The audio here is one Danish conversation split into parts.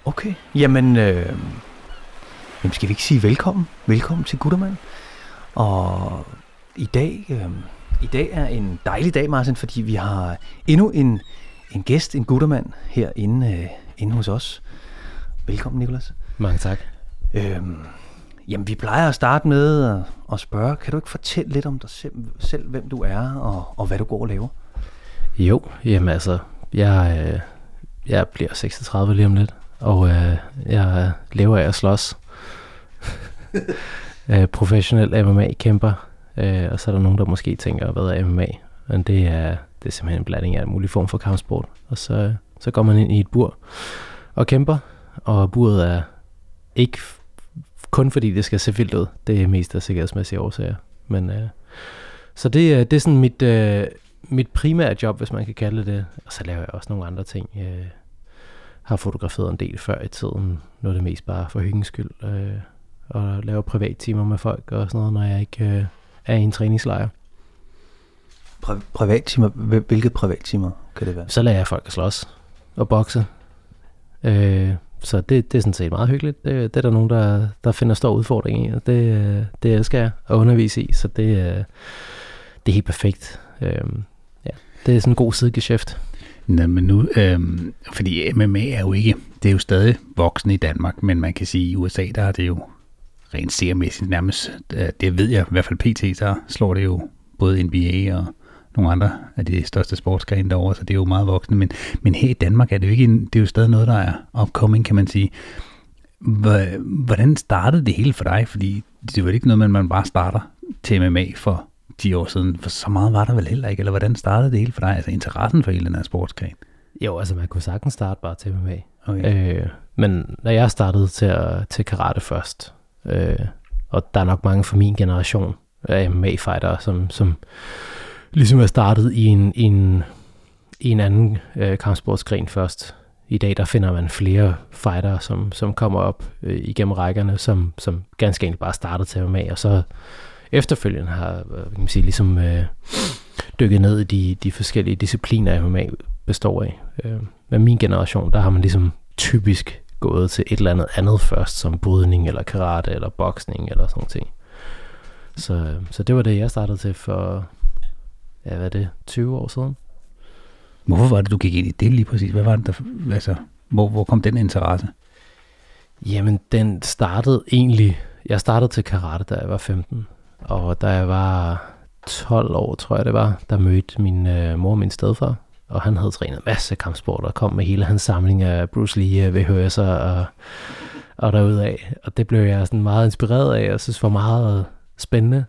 Okay, jamen skal vi ikke sige velkommen? Velkommen til Guttermand. Og i dag er en dejlig dag, Martin, fordi vi har endnu en gæst, en Guttermand, herinde hos os. Velkommen, Nicolas. Mange tak. Jamen, vi plejer at starte med at spørge, kan du ikke fortælle lidt om dig selv, hvem du er, og hvad du går og laver? Jo, jamen altså, jeg bliver 36 lige om lidt, og jeg lever af at slås. Professionel MMA-kæmper, og så er der nogen, der måske tænker, hvad er MMA? Men det er simpelthen en blanding af en mulig form for kampsport. Og så går man ind i et bur og kæmper, og buret er ikke kun fordi det skal se vildt ud. Det er mest af sikkerhedsmæssige årsager. Men, så det er sådan mit primære job, hvis man kan kalde det. Og så laver jeg også nogle andre ting. Har fotograferet en del før i tiden. Nu er det mest bare for hyggens skyld. Og laver privattimer med folk og sådan noget, når jeg ikke er i en træningslejr. Privattimer? Hvilke privattimer kan det være? Så lærer jeg folk at slås og bokse. Så det er sådan set meget hyggeligt. Det er der nogen, der finder stor udfordring i, og det elsker jeg at undervise i, så det er helt perfekt. Det er sådan en god sidegeschæft. Nå, men nu, fordi MMA er jo ikke, det er jo stadig voksne i Danmark, men man kan sige, at i USA, der er det jo rent seriemæssigt nærmest, det ved jeg i hvert fald PT, så slår det jo både NBA og nogle andre af de største sportsgrene derovre, så det er jo meget voksne, men her i Danmark er det jo ikke, det er jo stadig noget, der er upcoming, kan man sige. Hvordan startede det hele for dig? Fordi det er jo ikke noget, man bare starter til MMA for 10 år siden, for så meget var der vel heller ikke, eller hvordan startede det hele for dig, altså interessen for hele den her sportsgren? Jo, altså man kunne sagtens starte bare til MMA. Okay. Men når jeg startede til karate først, og der er nok mange fra min generation af MMA-fightere, som ligesom er startet i en anden kampsportsgren først. I dag der finder man flere fightere, som kommer op igennem rækkerne, som ganske enkelt bare startede til MMA, og så efterfølgende har kan man sige, ligesom dykket ned i de forskellige discipliner, MMA består af. Med min generation, der har man ligesom typisk gået til et eller andet først, som brydning eller karate eller boksning eller sådan ting. Så det var det, jeg startede til for 20 år siden. Hvorfor var det, du gik ind i det lige præcis? Hvad var det, hvor kom den interesse? Jamen, den startede egentlig... Jeg startede til karate, da jeg var 15. Og da jeg var 12 år, tror jeg det var, der mødte min mor og min stedfar. Og han havde trænet en masse kampsport og kom med hele hans samling af Bruce Lee, VHS'er og derudad. Og det blev jeg sådan meget inspireret af, og synes var meget spændende.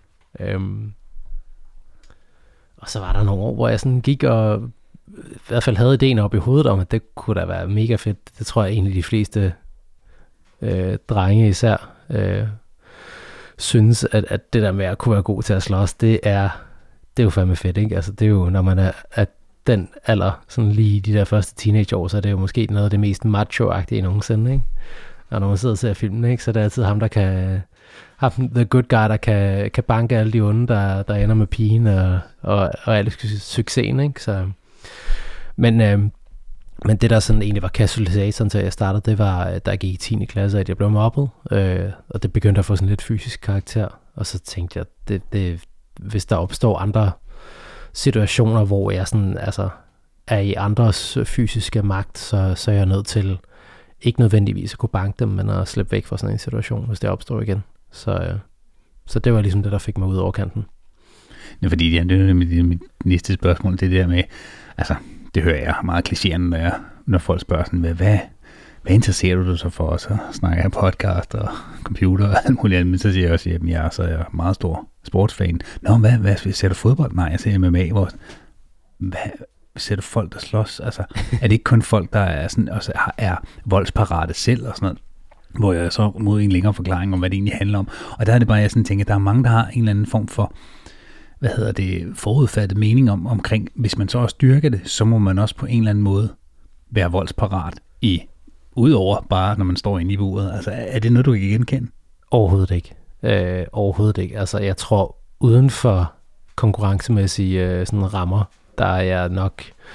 Og så var der nogle år, hvor jeg sådan gik og i hvert fald havde ideen op i hovedet om, at det kunne da være mega fedt. Det tror jeg egentlig de fleste drenge især synes, at det der med at kunne være god til at slås, det er jo fandme fedt, ikke? Altså det er jo, når man er den alder, sådan lige i de der første teenageår, så er det jo måske noget af det mest macho-agtige nogensinde, ikke? Og når man sidder og ser filmen, ikke, så er det altid ham, der kan... the good guy, der kan banke alle de onde, der ender med pigen og alle succesen, ikke? Så, men det, der sådan egentlig var katalysatoren til, at jeg startede, det var, da jeg gik i 10. klasse, at jeg blev mobbet, og det begyndte at få sådan lidt fysisk karakter, og så tænkte jeg, hvis der opstår andre situationer, hvor jeg sådan, altså, er i andres fysiske magt, så er jeg nødt til ikke nødvendigvis at kunne banke dem, men at slippe væk fra sådan en situation, hvis det opstår igen. Så det var ligesom det, der fik mig ud over kanten. Ja, fordi det er mit næste spørgsmål, det der med, altså, det hører jeg meget klichéerne, når folk spørger sådan, hvad interesserer du dig så for? Så snakker jeg podcast og computer og alt muligt andet, men så siger jeg også, at jeg er meget stor sportsfan. Nå, hvad ser du fodbold? Nej, jeg ser MMA. Hvad ser du folk, der slås? Altså, er det ikke kun folk, der er, sådan, også er voldsparate selv og sådan noget? Hvor jeg så mod en længere forklaring om, hvad det egentlig handler om. Og der er det bare, jeg sådan tænker, der er mange, der har en eller anden form for, forudfattet mening omkring, hvis man så også dyrker det, så må man også på en eller anden måde være voldsparat udover bare, når man står inde i buret. Altså, er det noget, du kan genkende? Overhovedet ikke. Overhovedet ikke. Altså, jeg tror, uden for konkurrencemæssige sådan rammer, der er jeg nok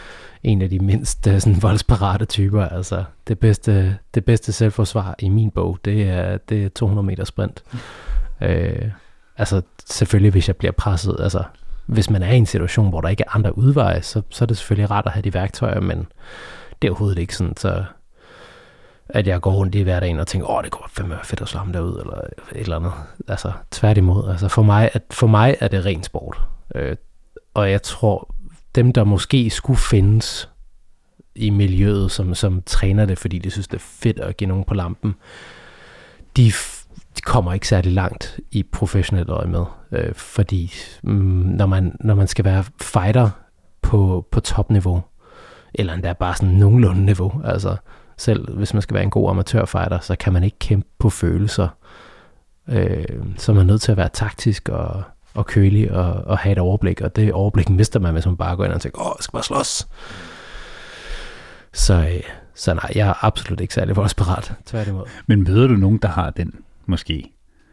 en af de mindst sådan voldsparate typer. Altså det bedste selvforsvar i min bog, det er 200 meter sprint. Altså selvfølgelig, hvis jeg bliver presset, altså hvis man er i en situation, hvor der ikke er andre udveje, så er det selvfølgelig rart at have de værktøjer, men det er overhovedet ikke sådan, så at jeg går rundt i hverdagen og tænker, det går fandme fedt at slå ham derud, eller et eller andet. Altså tværtimod, altså for mig er det ren sport. Og jeg tror, dem der måske skulle findes i miljøet, som træner det, fordi de synes, det er fedt at give nogen på lampen, de kommer ikke særlig langt i professionelt øje med. Fordi når man skal være fighter på topniveau, eller endda bare sådan nogenlunde niveau, altså selv hvis man skal være en god amatørfighter, så kan man ikke kæmpe på følelser. Så er man nødt til at være taktisk og kølig og have et overblik, og det overblik mister man, hvis man bare går ind og tænker, jeg skal bare slås. Så nej, jeg er absolut ikke særlig voldsparat, tværtimod. Men møder du nogen, der har den, måske,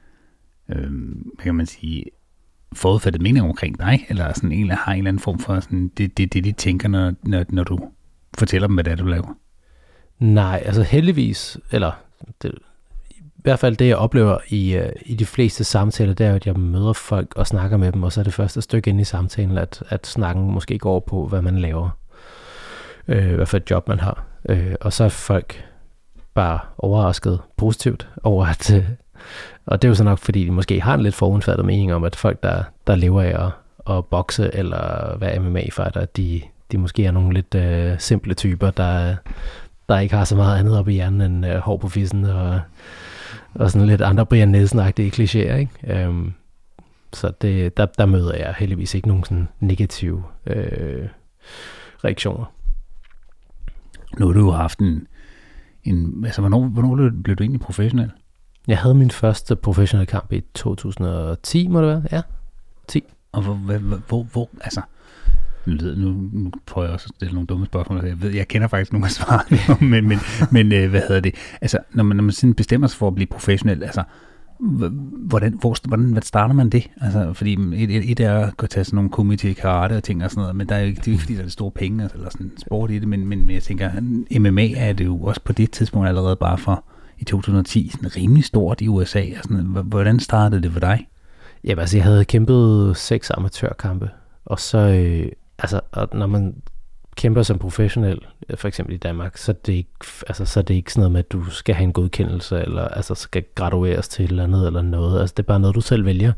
hvad kan man sige, forudfattet mening omkring dig, eller sådan har en eller anden form for sådan, det de tænker, når du fortæller dem, hvad det er, du laver? Nej, altså heldigvis, eller i hvert fald det, jeg oplever i de fleste samtaler, det er, at jeg møder folk og snakker med dem, og så er det første stykke inde i samtalen, at snakken måske går på, hvad man laver. Hvad for et job man har. Og så er folk bare overrasket positivt over, at og det er jo så nok, fordi de måske har en lidt forudfattet mening om, at folk, der lever af at bokse eller være MMA-fighter, de måske er nogle lidt simple typer, der ikke har så meget andet op i hjernen end hår på fissen og sådan lidt andre Brian Nielsen-agtige klichéer, ikke? Så der møder jeg heldigvis ikke nogen sådan negative reaktioner. Nu har du haft altså hvornår blev du egentlig professionel? Jeg havde min første professionelle kamp i 2010, må det være? Ja, 10. Og hvor altså, nu prøver jeg også at stille nogle dumme spørgsmål. Jeg kender faktisk nogle af svarene, men hvad hedder det? Altså, når man sådan bestemmer sig for at blive professionel, altså, hvordan starter man det? Altså, fordi et er at gå til sådan nogle komité, karate og ting og sådan noget, men det er jo ikke fordi, der er store penge eller sådan sport i det, men jeg tænker, MMA er det jo også på det tidspunkt allerede bare for i 2010 sådan rimelig stort i USA. Altså, hvordan startede det for dig? Jamen, altså, jeg havde kæmpet 6 amatørkampe, og så, når man kæmper som professionel, for eksempel i Danmark, så er det ikke sådan noget med, at du skal have en godkendelse, eller altså skal gradueres til et eller andet eller noget. Altså, det er bare noget, du selv vælger.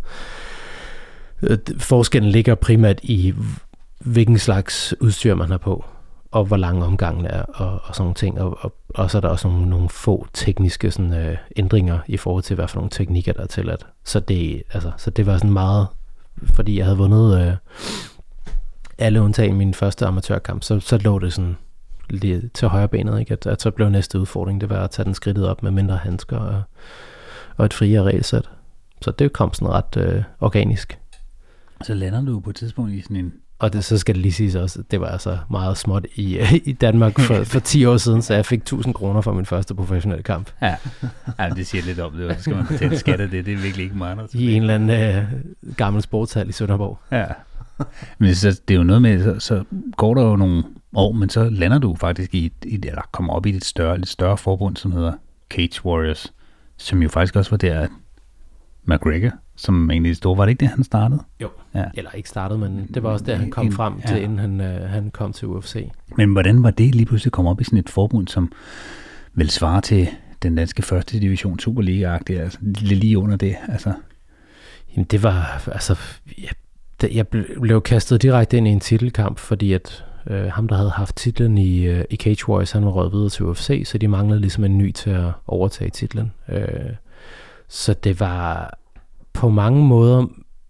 Forskellen ligger primært i, hvilken slags udstyr man har på, og hvor lang omgangen er, og sådan nogle ting. Og så er der også nogle få tekniske sådan, ændringer i forhold til, hvad for nogle teknikker, der er tilladt. Så det var sådan meget, fordi jeg havde vundet alle undtagen min første amatørkamp, så lå det sådan lige til højre benet, ikke? At så blev næste udfordring, det var at tage den skridtet op med mindre handsker og et friere regelsæt. Så det kom sådan ret organisk. Så lander du på et tidspunkt i sådan en... Og så skal det lige siges også, det var altså meget småt i Danmark for 10 år siden, så jeg fik 1.000 kroner for min første professionelle kamp. Ja, det siger lidt om det, skal man betale skat af det er virkelig ikke meget. I en eller anden gammel sportshal i Sønderborg. Ja. Men så, det er jo noget med, så går der jo nogle år, men så lander du faktisk eller kommer op i et lidt større forbund, som hedder Cage Warriors, som jo faktisk også var der, McGregor, som egentlig det store, var det ikke det, han startede? Jo, ja. Eller ikke startede, men det var også der, han kom frem til, inden han kom til UFC. Men hvordan var det lige pludselig komme op i sådan et forbund, som vel svarer til den danske første division Superliga-agtige, altså lige under det, altså? Jamen det var, altså, jeg blev kastet direkte ind i en titelkamp, fordi at ham, der havde haft titlen i Cage Warriors, han var røget videre til UFC, så de manglede ligesom en ny til at overtage titlen. Så det var på mange måder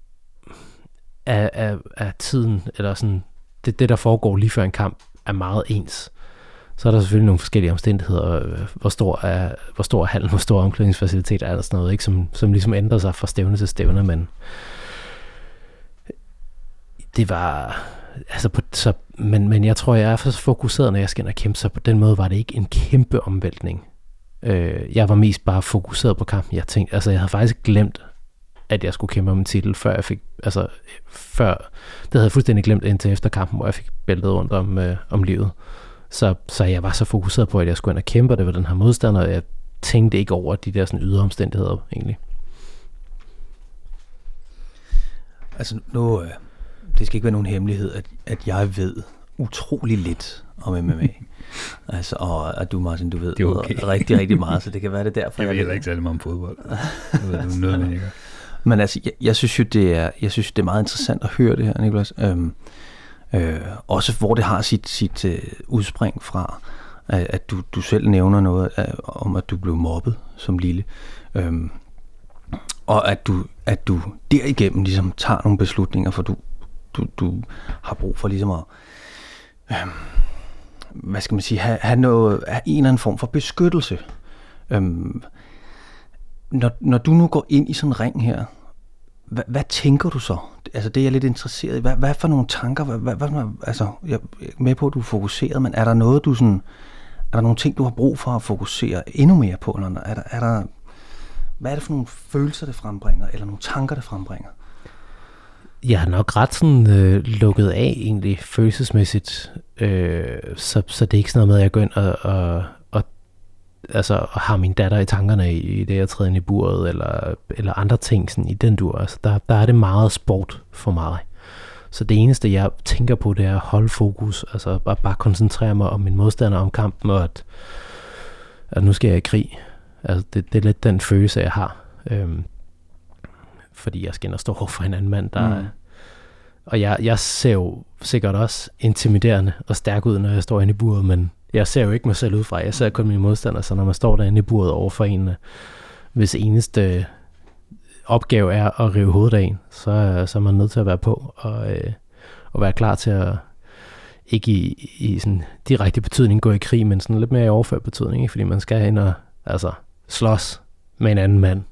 af tiden, eller sådan, det der foregår lige før en kamp, er meget ens. Så er der selvfølgelig nogle forskellige omstændigheder, hvor stor er hallen, hvor stor omklædningsfacilitet er der sådan noget, ikke? Som ligesom ændrer sig fra stævne til stævne, men det var, altså men jeg tror, jeg er for fokuseret, når jeg skal ind og kæmpe, så på den måde var det ikke en kæmpe omvæltning. Jeg var mest bare fokuseret på kampen. Jeg tænkte, altså jeg havde faktisk glemt at jeg skulle kæmpe om en titel, før jeg fik, det havde jeg fuldstændig glemt indtil efter kampen, hvor jeg fik bæltet rundt om livet. Så jeg var så fokuseret på, at jeg skulle ind og kæmpe, og det var den her modstander, og jeg tænkte ikke over de der sådan ydre omstændigheder egentlig. Altså nu, det skal ikke være nogen hemmelighed, at jeg ved utrolig lidt om MMA. Altså, og du, Martin, du ved okay. rigtig, rigtig meget, så det kan være det derfor. Jeg ved heller ikke særlig meget om fodbold. Det ved du noget, men jeg gør. Men altså, jeg synes jo, det er meget interessant at høre det her, Nicolas. Også hvor det har sit udspring fra, at du selv nævner noget om, at du blev mobbet som lille. Og at du derigennem ligesom tager nogle beslutninger, for du har brug for ligesom at hvad skal man sige, have en eller anden form for beskyttelse. Når du nu går ind i sådan en ring her, hvad tænker du så? Altså det er jeg lidt interesseret i. Hvad for nogle tanker? Altså jeg er med på, at du er fokuseret, men er der noget er der nogle ting, du har brug for at fokusere endnu mere på? Eller er der hvad er det for nogle følelser, det frembringer, eller nogle tanker, det frembringer? Jeg er nok ret sådan lukket af egentlig følelsesmæssigt, så det er ikke sådan noget med, at jeg går ind og har min datter i tankerne i det, jeg træder ind i buret, eller andre ting sådan i den dur. Altså der er det meget sport for mig. Så det eneste, jeg tænker på, det er at holde fokus, altså bare koncentrere mig om min modstander, om kampen, og at nu skal jeg i krig. Altså det er lidt den følelse, jeg har. Fordi jeg skal ind og stå over for en anden mand, der og jeg ser jo sikkert også intimiderende og stærk ud, når jeg står inde i buret, men jeg ser jo ikke mig selv udefra. Jeg ser kun mine modstandere, så når man står derinde i buret over for en, hvis eneste opgave er at rive hovedet af en, så er man nødt til at være på og være klar til at ikke i sådan direkte betydning gå i krig, men sådan lidt mere i overført betydning, ikke? Fordi man skal ind og slås med en anden mand.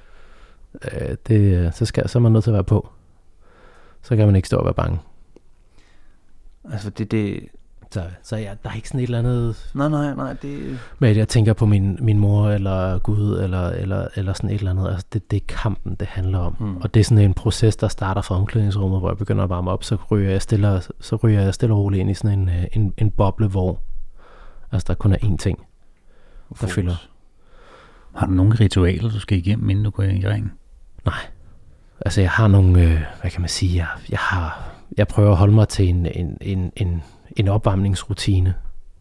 Så er man nødt til at være på. Så kan man ikke stå og være bange. Altså Så ja, der er ikke sådan et eller andet... Nej, det... Men jeg tænker på min mor, eller Gud, eller sådan et eller andet. Altså det er kampen, det handler om. Og det er sådan en proces, der starter fra omklædningsrummet, hvor jeg begynder at varme op, så ryger jeg stille og roligt ind i sådan en boble, hvor altså der kun er én ting, der fylder. Har du nogle ritualer, du skal igennem, inden du går i ringen? Nej. Altså jeg har nogle, hvad kan man sige, jeg prøver at holde mig til en opvarmningsrutine,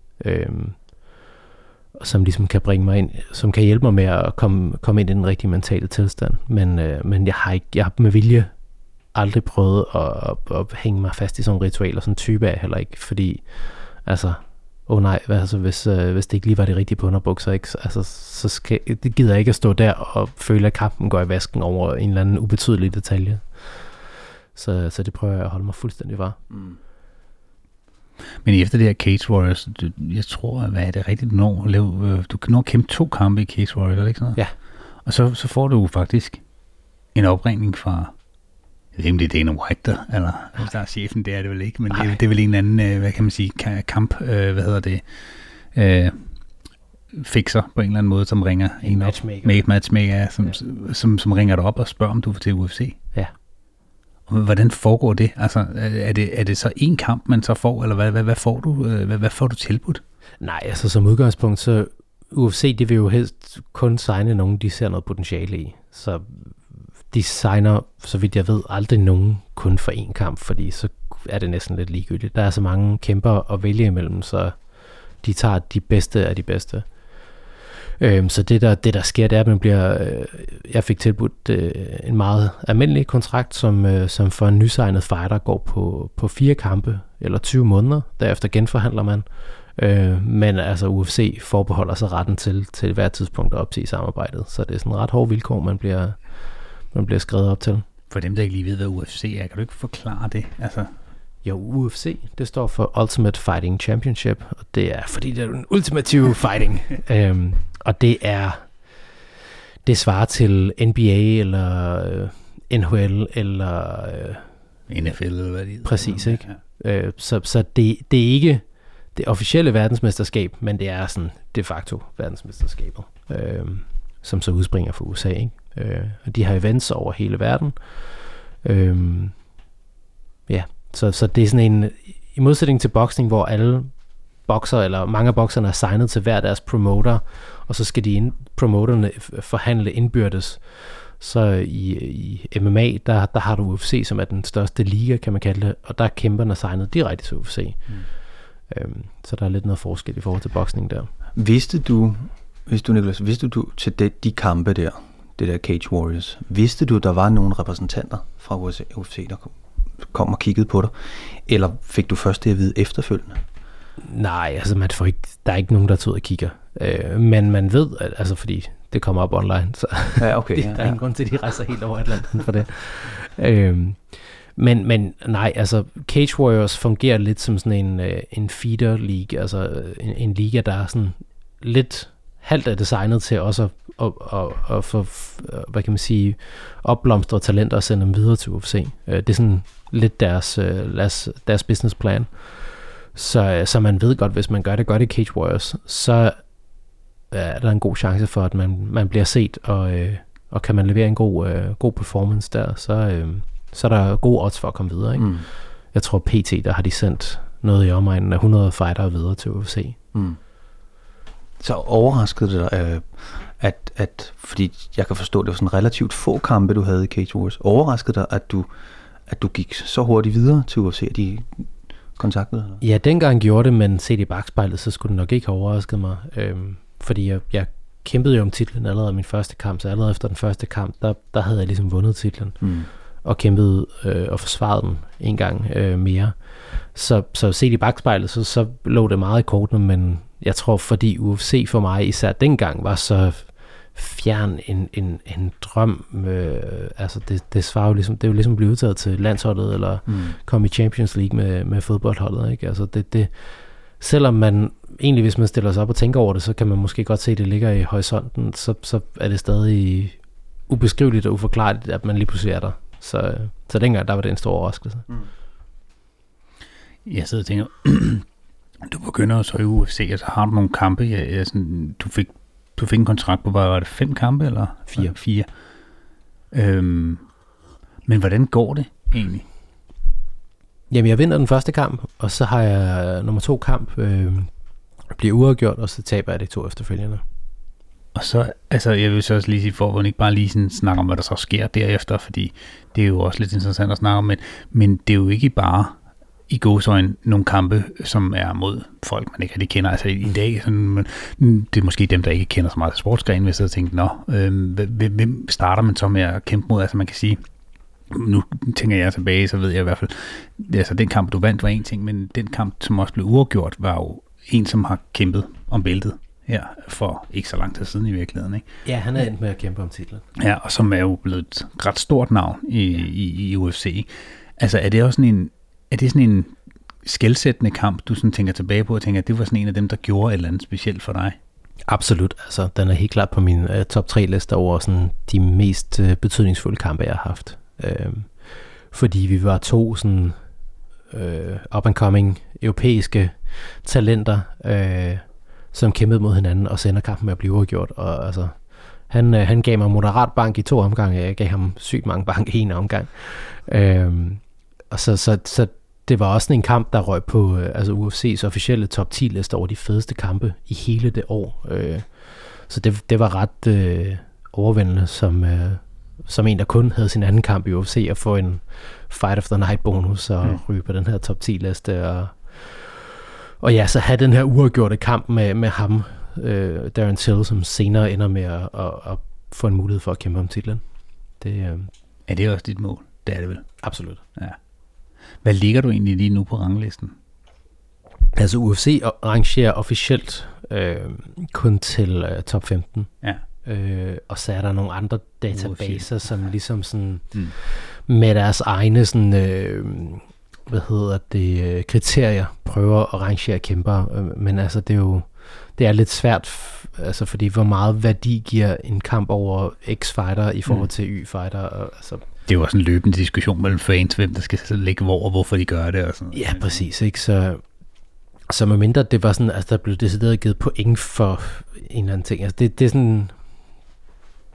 som ligesom kan bringe mig ind, som kan hjælpe mig med at komme ind i den rigtige mentale tilstand. Men jeg har med vilje aldrig prøvet at hænge mig fast i sådan en ritual, og sådan en type af heller ikke, fordi altså, hvis det ikke lige var det rigtige på underbukser, ikke, altså, det gider jeg ikke at stå der og føle, at kampen går i vasken over en eller anden ubetydelig detalje. Så det prøver jeg at holde mig fuldstændig var. Men efter det her Cage Warriors, jeg tror, hvad er det rigtigt, du kan nå at kæmpe 2 kampe i Cage Warriors, eller ikke sådan noget? Ja. Og så får du faktisk en opringning fra, jeg ved ikke, om det er Dana White, eller der er chefen, det er det vel ikke, men det er vel en anden, hvad kan man sige, kamp, fixer på en eller anden måde, som ringer en matchmaker, som ringer dig op og spørger, om du vil til UFC. Ja. Hvordan foregår det? Altså, er det så en kamp, man så får, eller hvad får du? Hvad får du tilbudt? Nej, altså som udgangspunkt, så UFC, de vil jo helst kun signe nogen, de ser noget potentiale i. Så de signer, så vidt jeg ved, aldrig nogen kun for én kamp, fordi så er det næsten lidt ligegyldigt. Der er så mange kæmper at vælge imellem, så de tager de bedste af de bedste. Så det der sker, det er, at man jeg fik tilbudt en meget almindelig kontrakt, som for en nysignet fighter går på 4 kampe eller 20 måneder. Derefter genforhandler man. Men altså UFC forbeholder sig retten til hvert tidspunkt at opsige samarbejdet. Så det er sådan ret hårde vilkår, man bliver skrevet op til. For dem, der ikke lige ved, hvad UFC er, kan du ikke forklare det? Altså... Jo, UFC, det står for Ultimate Fighting Championship, og det er, fordi det er den ultimative fighting. Og det svarer til NBA, eller NHL, eller... NFL, eller hvad det er. Præcis, ikke? Ja. Så det er ikke det officielle verdensmesterskab, men det er sådan de facto verdensmesterskabet, som så udspringer fra USA, ikke? De har events over hele verden. Så det er sådan en, i modsætning til boksning, hvor alle bokser, eller mange af bokserne er signet til hver deres promoter, og så skal promoterne forhandle indbyrdes. Så i MMA, der har du UFC, som er den største liga, kan man kalde det, og der er kæmperne signet direkte til UFC. Så der er lidt noget forskel i forhold til boksning der. Vidste du, Nicholas, til de kampe der, det der Cage Warriors, vidste du, der var nogle repræsentanter fra UFC, der kom og kiggede på dig, eller fik du først det at vide efterfølgende? Nej, altså der er ikke nogen, der tager ud og kigger. Men man ved, altså fordi det kommer op online, så ja, okay, der er ingen grund til, at de rejser helt over Atlanten for det. Men nej, altså Cage Warriors fungerer lidt som sådan en feeder league, altså en liga, der er sådan lidt halvt er designet til også at få, hvad kan man sige, opblomstre talenter og sende dem videre til UFC. Det er sådan lidt deres businessplan. Så man ved godt, hvis man gør det godt i Cage Warriors, så er der en god chance for, at man bliver set, og kan man levere en god performance der, så er der gode odds for at komme videre. Ikke? Jeg tror PT, der har de sendt noget i omegnen af 100 fightere videre til UFC. Så overraskede det dig, at fordi jeg kan forstå, det var sådan relativt få kampe, du havde i Cage Warriors. Overraskede dig, at du gik så hurtigt videre til UFC, at de kontaktede dig? Ja, dengang gjorde det, men set i bagspejlet, så skulle det nok ikke have overrasket mig. Fordi jeg kæmpede jo om titlen allerede min første kamp, så allerede efter den første kamp, der havde jeg ligesom vundet titlen. Og kæmpede og forsvaret den en gang mere. Så set i bagspejlet, så lå det meget i kortene, men jeg tror, fordi UFC for mig især dengang var så fjern en drøm, altså det svarer jo ligesom, det er jo ligesom blive udtaget til landsholdet, eller komme i Champions League med fodboldholdet, ikke? Altså det selvom man egentlig, hvis man stiller sig op og tænker over det, så kan man måske godt se, at det ligger i horisonten, så er det stadig ubeskriveligt og uforklarligt, at man lige pludselig er der. Så dengang, der var det en stor overraskelse. Jeg sidder og tænker, du begynder så i UFC, og så har du nogle kampe, sådan, du fik en kontrakt på, var det 5 kampe, eller? 4. Men hvordan går det egentlig? Jamen, jeg vinder den første kamp, og så har jeg nummer 2 kamp, bliver uafgjort, og så taber jeg de 2 efterfølgende. Og så, altså jeg vil så også lige sige, for at ikke bare lige sådan snakke om, hvad der så sker derefter, fordi det er jo også lidt interessant at snakke om, men det er jo ikke bare i gåseøjne nogle kampe, som er mod folk, man ikke rigtig kender. Altså i dag, sådan, det er måske dem, der ikke kender så meget sportsgren, hvis jeg tænker, hvem starter man så med at kæmpe mod? Altså man kan sige, nu tænker jeg tilbage, så ved jeg i hvert fald, altså den kamp, du vandt, var en ting, men den kamp, som også blev uafgjort, var jo en, som har kæmpet om bæltet her for ikke så lang tid siden i virkeligheden, ikke? Ja, han er endt med at kæmpe om titlen. Ja, og som er jo blevet et ret stort navn i UFC. Altså er det også sådan en skelsættende kamp, du sådan tænker tilbage på og tænker, at det var sådan en af dem, der gjorde et eller andet specielt for dig? Absolut. Altså, den er helt klart på min top 3 liste over sådan, de mest betydningsfulde kampe, jeg har haft. Fordi vi var 2 sådan up-and-coming europæiske talenter, som kæmpede mod hinanden, og sender kampen med at blive uafgjort. Og altså, han gav mig moderat bank i 2 omgange, jeg gav ham sygt mange bank i 1 omgang. Og så det var også sådan en kamp, der røg på altså UFC's officielle top 10 liste over de fedeste kampe i hele det år. Så det var ret overvældende som en, der kun havde sin anden kamp i UFC, at få en Fight of the Night bonus og ryge på den her top 10 liste. Og ja, så have den her uafgjorte kamp med ham, Darren Till, som senere ender med at få en mulighed for at kæmpe om titlen. Er det også dit mål? Det er det vel? Absolut. Ja. Hvad ligger du egentlig lige nu på ranglisten? Altså UFC rangerer officielt kun til top 15. Ja. Og så er der nogle andre databaser, som ligesom sådan med deres egne sådan, kriterier prøver at rangere kæmper. Men altså det er lidt svært, altså fordi hvor meget værdi giver en kamp over X-fighter i forhold til Y-fighter. Altså, det er jo også en løbende diskussion mellem fans, hvem der skal ligge hvor, og hvorfor de gør det. Og sådan. Ja, præcis. Ikke? Så medmindre det var sådan, altså der blev decideret givet point for en eller anden ting. Altså det er sådan,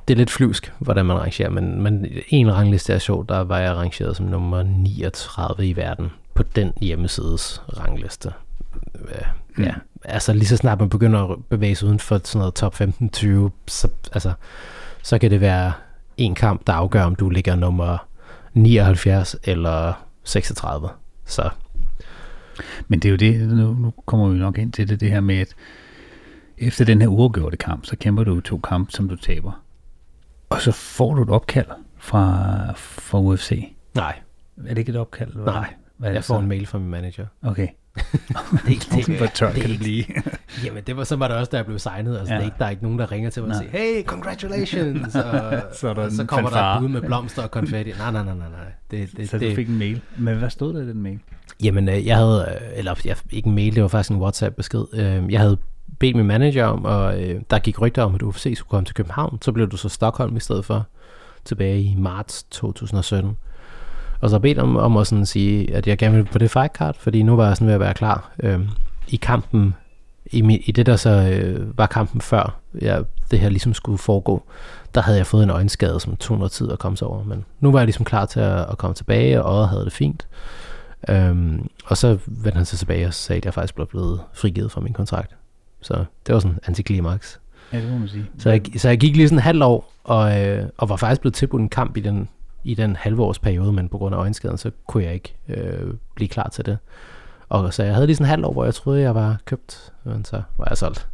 det er lidt flyvsk, hvordan man rangerer, men en rangliste er sjov, der var jeg rangeret som nummer 39 i verden på den hjemmesides rangliste. Ja, altså lige så snart man begynder at bevæge sig uden for sådan noget top 15-20, så kan det være en kamp, der afgør, om du ligger nummer 79 eller 36. Så. Men det er jo det, nu kommer vi nok ind til det her med, at efter den her uafgjorte kamp, så kæmper du 2 kampe, som du taber. Og så får du et opkald fra UFC. Nej. Er det ikke et opkald? Nej, jeg får en mail fra min manager. Okay. Hvor tørt kan det blive? Jamen, det var så var det også, da jeg blev signet. Altså, der er ikke nogen, der ringer til mig og siger, hey, congratulations! Og så kommer der et bud med blomster og konfetti. Nej. Så du fik en mail. Men hvad stod der i den mail? Jamen, jeg havde, ikke en mail, det var faktisk en WhatsApp-besked. Jeg havde bedt min manager om, og der gik rygter om, at UFC skulle komme til København. Så blev du så Stockholm i stedet for, tilbage i marts 2017. Og så bedt om at sådan sige, at jeg gerne ville på det fight card, fordi nu var jeg sådan ved at være klar. I kampen, i det der så var kampen før, det her ligesom skulle foregå, der havde jeg fået en øjenskade, som tog noget tid at komme sig over. Men nu var jeg ligesom klar til at komme tilbage, og øjet havde det fint. Og så vendte han sig tilbage og sagde, at jeg faktisk blev blevet frigivet fra min kontrakt. Så det var sådan en antiklimaks. Ja, det må man sige. Så jeg gik lige sådan et halvt år, og var faktisk blevet tilbudt en kamp i den halvårsperiode, men på grund af øjenskaden, så kunne jeg ikke blive klar til det. Og så jeg havde lige sådan en halvt år, hvor jeg troede, jeg var købt, men så var jeg solgt.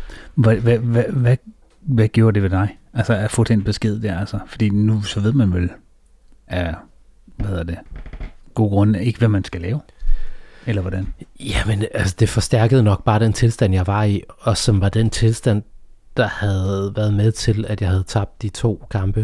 Hvad gjorde det ved dig? Altså at få den besked der, altså? Fordi nu så ved man vel af, god grunde ikke, hvad man skal lave? Eller hvordan? Jamen, altså det forstærkede nok bare den tilstand, jeg var i, og som var den tilstand, der havde været med til, at jeg havde tabt de 2 kampe.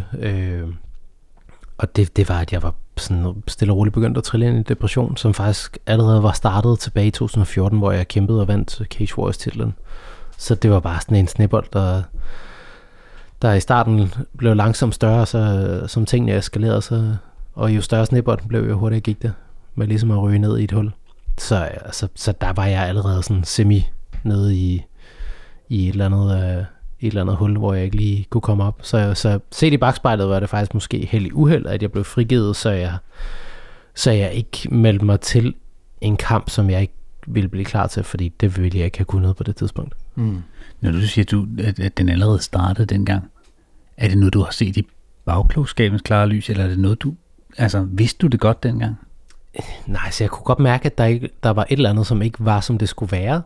Og det var, at jeg var sådan stille og roligt begyndt at trille ind i depression, som faktisk allerede var startet tilbage i 2014, hvor jeg kæmpede og vandt Cage Warriors-titlen. Så det var bare sådan en snebold, der i starten blev langsomt større, så som tingene eskalerede, og jo større snebolden blev, jo hurtigere gik det, med ligesom at ryge ned i et hul. Så der var jeg allerede sådan semi nede i et eller andet hul, hvor jeg ikke lige kunne komme op. Så set i bagspejlet var det faktisk måske heldig uheld, at jeg blev frigivet, så jeg ikke meldte mig til en kamp, som jeg ikke ville blive klar til, fordi det ville jeg ikke have kunnet på det tidspunkt. Når du siger, at den allerede startede dengang, er det noget, du har set i bagklogskabens klare lys, eller er det noget, vidste du det godt dengang? Nej, så jeg kunne godt mærke, at der var et eller andet, som ikke var, som det skulle være.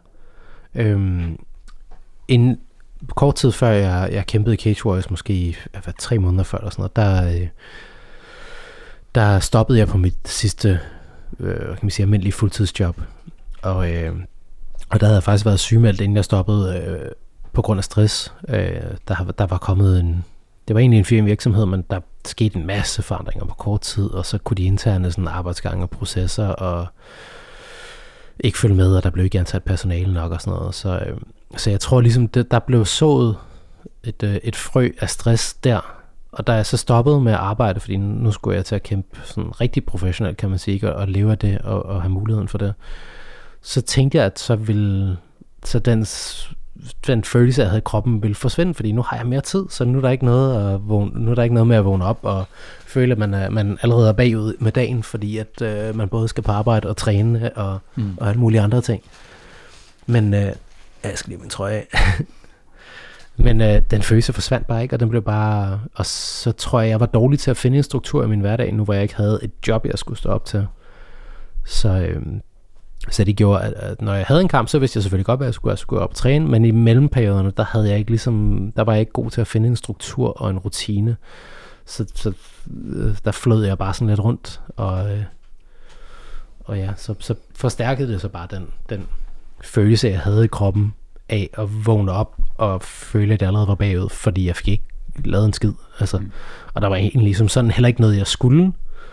En kort tid før jeg kæmpede i Cage Warriors, måske 3 måneder før eller sådan noget, der stoppede jeg på mit sidste almindelige fuldtidsjob. Og der havde jeg faktisk været sygemeldt, inden jeg stoppede på grund af stress. Der var kommet det var egentlig en firmavirksomhed, men der skete en masse forandringer på kort tid, og så kunne de interne sådan arbejdsgange og processer og ikke følge med, og der blev ikke ansat personale nok og sådan noget. Så jeg tror ligesom, der blev sået et frø af stress der, og da jeg så stoppede med at arbejde, fordi nu skulle jeg til at kæmpe sådan rigtig professionelt, kan man sige, og leve af det, og have muligheden for det, så tænkte jeg, at så den følelse, jeg havde i kroppen, ville forsvinde, fordi nu har jeg mere tid, så nu er der ikke noget med at vågne op og føle, at man allerede er bagud med dagen, fordi at man både skal på arbejde og træne og alle mulige andre ting. Men jeg skal lige min trøje af. Men den følelse forsvandt bare ikke, og den blev bare... Og så tror jeg var dårlig til at finde en struktur i min hverdag, nu hvor jeg ikke havde et job, jeg skulle stå op til. Så det gjorde, at når jeg havde en kamp, så vidste jeg selvfølgelig godt, at jeg skulle op og træne, men i mellemperioderne, der var jeg ikke god til at finde en struktur og en rutine. Så der flød jeg bare sådan lidt rundt, og ja, så forstærkede det så bare den følelse, jeg havde i kroppen af at vågne op og føle, at jeg allerede var bagud, fordi jeg fik ikke lavet en skid. Altså, og der var egentlig som sådan heller ikke noget, jeg skulle.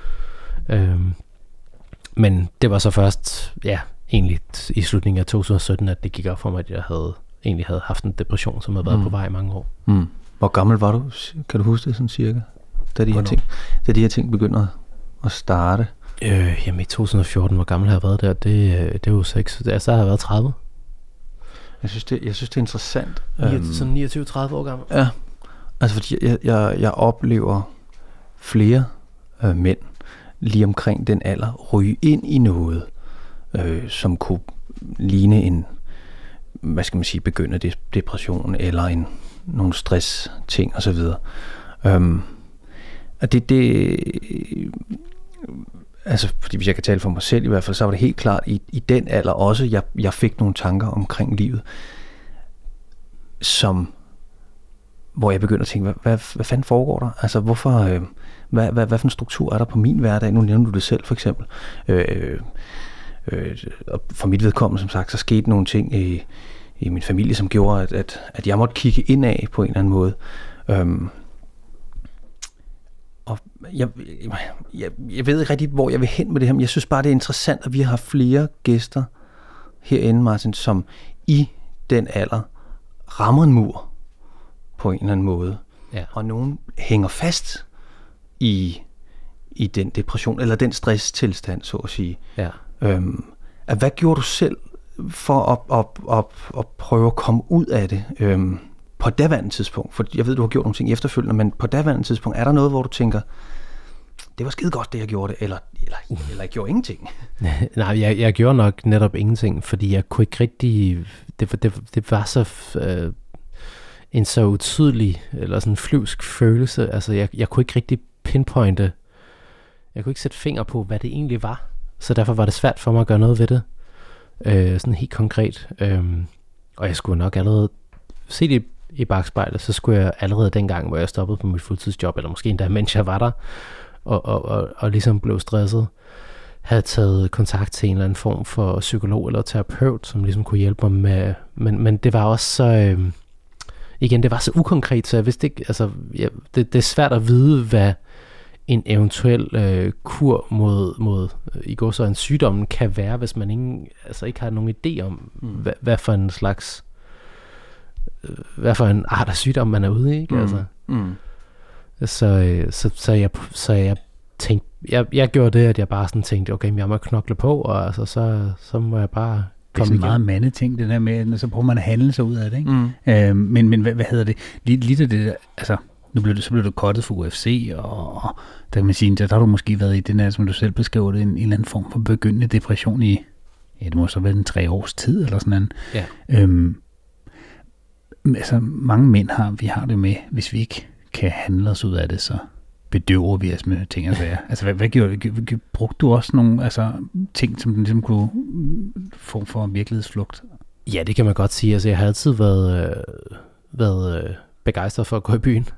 Men det var så først, egentlig i slutningen af 2017, at det gik op for mig, at jeg egentlig havde haft en depression, som havde været på vej i mange år. Hvor gammel var du? Kan du huske det sådan cirka? Da de her ting begynder at starte? Jamen i 2014, hvor gammel har jeg været der? Det er jo 6, så har jeg været 30. Jeg synes det er interessant. Sådan 29-30 år gammel. Ja, Altså fordi jeg oplever flere mænd lige omkring den alder ryge ind i noget, som kunne ligne en, hvad skal man sige, begyndende depression eller nogle stress ting og så videre. Og det altså, fordi hvis jeg kan tale for mig selv i hvert fald, så var det helt klart i den alder også, jeg fik nogle tanker omkring livet, hvor jeg begyndte at tænke, hvad fanden foregår der? Altså, hvorfor, hvad for en struktur er der på min hverdag? Nu nævner du det selv, for eksempel. Og for mit vedkommende, som sagt, så skete nogle ting i min familie, som gjorde, at jeg måtte kigge indad på en eller anden måde. Og jeg ved ikke rigtig, hvor jeg vil hen med det her, men jeg synes bare, det er interessant, at vi har flere gæster herinde, Martin, som i den alder rammer en mur på en eller anden måde. Ja. Og nogen hænger fast i den depression, eller den stresstilstand, så at sige. Ja. Hvad gjorde du selv for at prøve at komme ud af det på daværende tidspunkt? For jeg ved, du har gjort nogle ting efterfølgende, men på daværende tidspunkt, er der noget, hvor du tænker, det var skide godt, det jeg gjorde det, eller jeg gjorde ingenting? Nej, jeg gjorde nok netop ingenting, fordi jeg kunne ikke rigtig, det var så en så utydelig, eller sådan en flyvsk følelse, altså jeg kunne ikke rigtig pinpointe, jeg kunne ikke sætte finger på, hvad det egentlig var, så derfor var det svært for mig at gøre noget ved det, sådan helt konkret, og jeg skulle nok allerede se det i bagspejlet, så skulle jeg allerede dengang, hvor jeg stoppede på mit fuldtidsjob, eller måske endda mens jeg var der, og ligesom blev stresset, havde taget kontakt til en eller anden form for psykolog eller terapeut, som ligesom kunne hjælpe mig med, men det var også så, igen, det var så ukonkret, så jeg vidste ikke, altså, det er svært at vide, hvad en eventuel kur mod i går så en sygdom kan være, hvis man ikke har nogen idé om, hvad for en slags, hvad for en art af sygdom man er ude i, ikke? Altså. Så jeg tænkte, jeg gjorde det, at jeg bare sådan tænkte, okay, jeg må knokle på, og altså, så må jeg bare komme igen. Det er sådan meget mandeting, det der med, så prøver man at handle sig ud af det, ikke? Men hvad hedder det? Lige det der, altså, så blev du cuttet for UFC, og der kan man sige, der har du måske været i den her, som du selv beskriver det, en eller anden form for begyndende depression i, det må så være 3 års tid, eller sådan noget. Ja. Altså, mange mænd har det med, hvis vi ikke kan handle os ud af det, så bedøver vi os med ting at være. Altså, hvad gjorde du? Brugte du også nogle ting, som ligesom kunne form for virkelighedsflugt? Ja, det kan man godt sige. Altså, jeg har altid været begejstret for at gå i byen.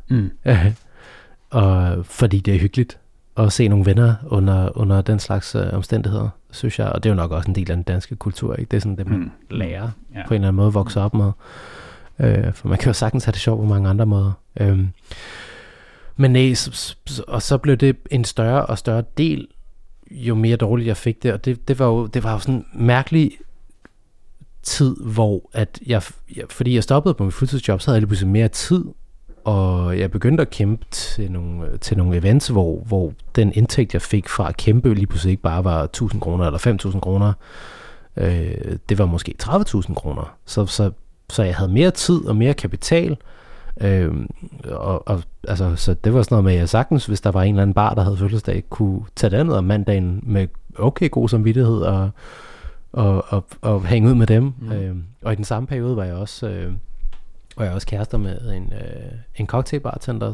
Og fordi det er hyggeligt at se nogle venner under den slags omstændigheder, synes jeg. Og det er jo nok også en del af den danske kultur, ikke? Det er sådan det, man lærer på en eller anden måde, vokser op med. For man kan jo sagtens have det sjovt på mange andre måder. Men nej, og så blev det en større og større del, jo mere dårligt jeg fik det. Og det var jo sådan en mærkelig tid, hvor at fordi jeg stoppede på mit fuldtidsjob, så havde jeg lige pludselig mere tid, og jeg begyndte at kæmpe til nogle events, hvor den indtægt, jeg fik fra at kæmpe, lige pludselig ikke bare var 1.000 kroner eller 5.000 kroner. Det var måske 30.000 kroner. Så jeg havde mere tid og mere kapital, og altså, så det var sådan noget med, at jeg sagtens, hvis der var en eller anden bar, der havde fødselsdag, kunne tage det andet om mandagen med okay god samvittighed og hænge ud med dem. Og i den samme periode var jeg også kærester med en cocktailbartender,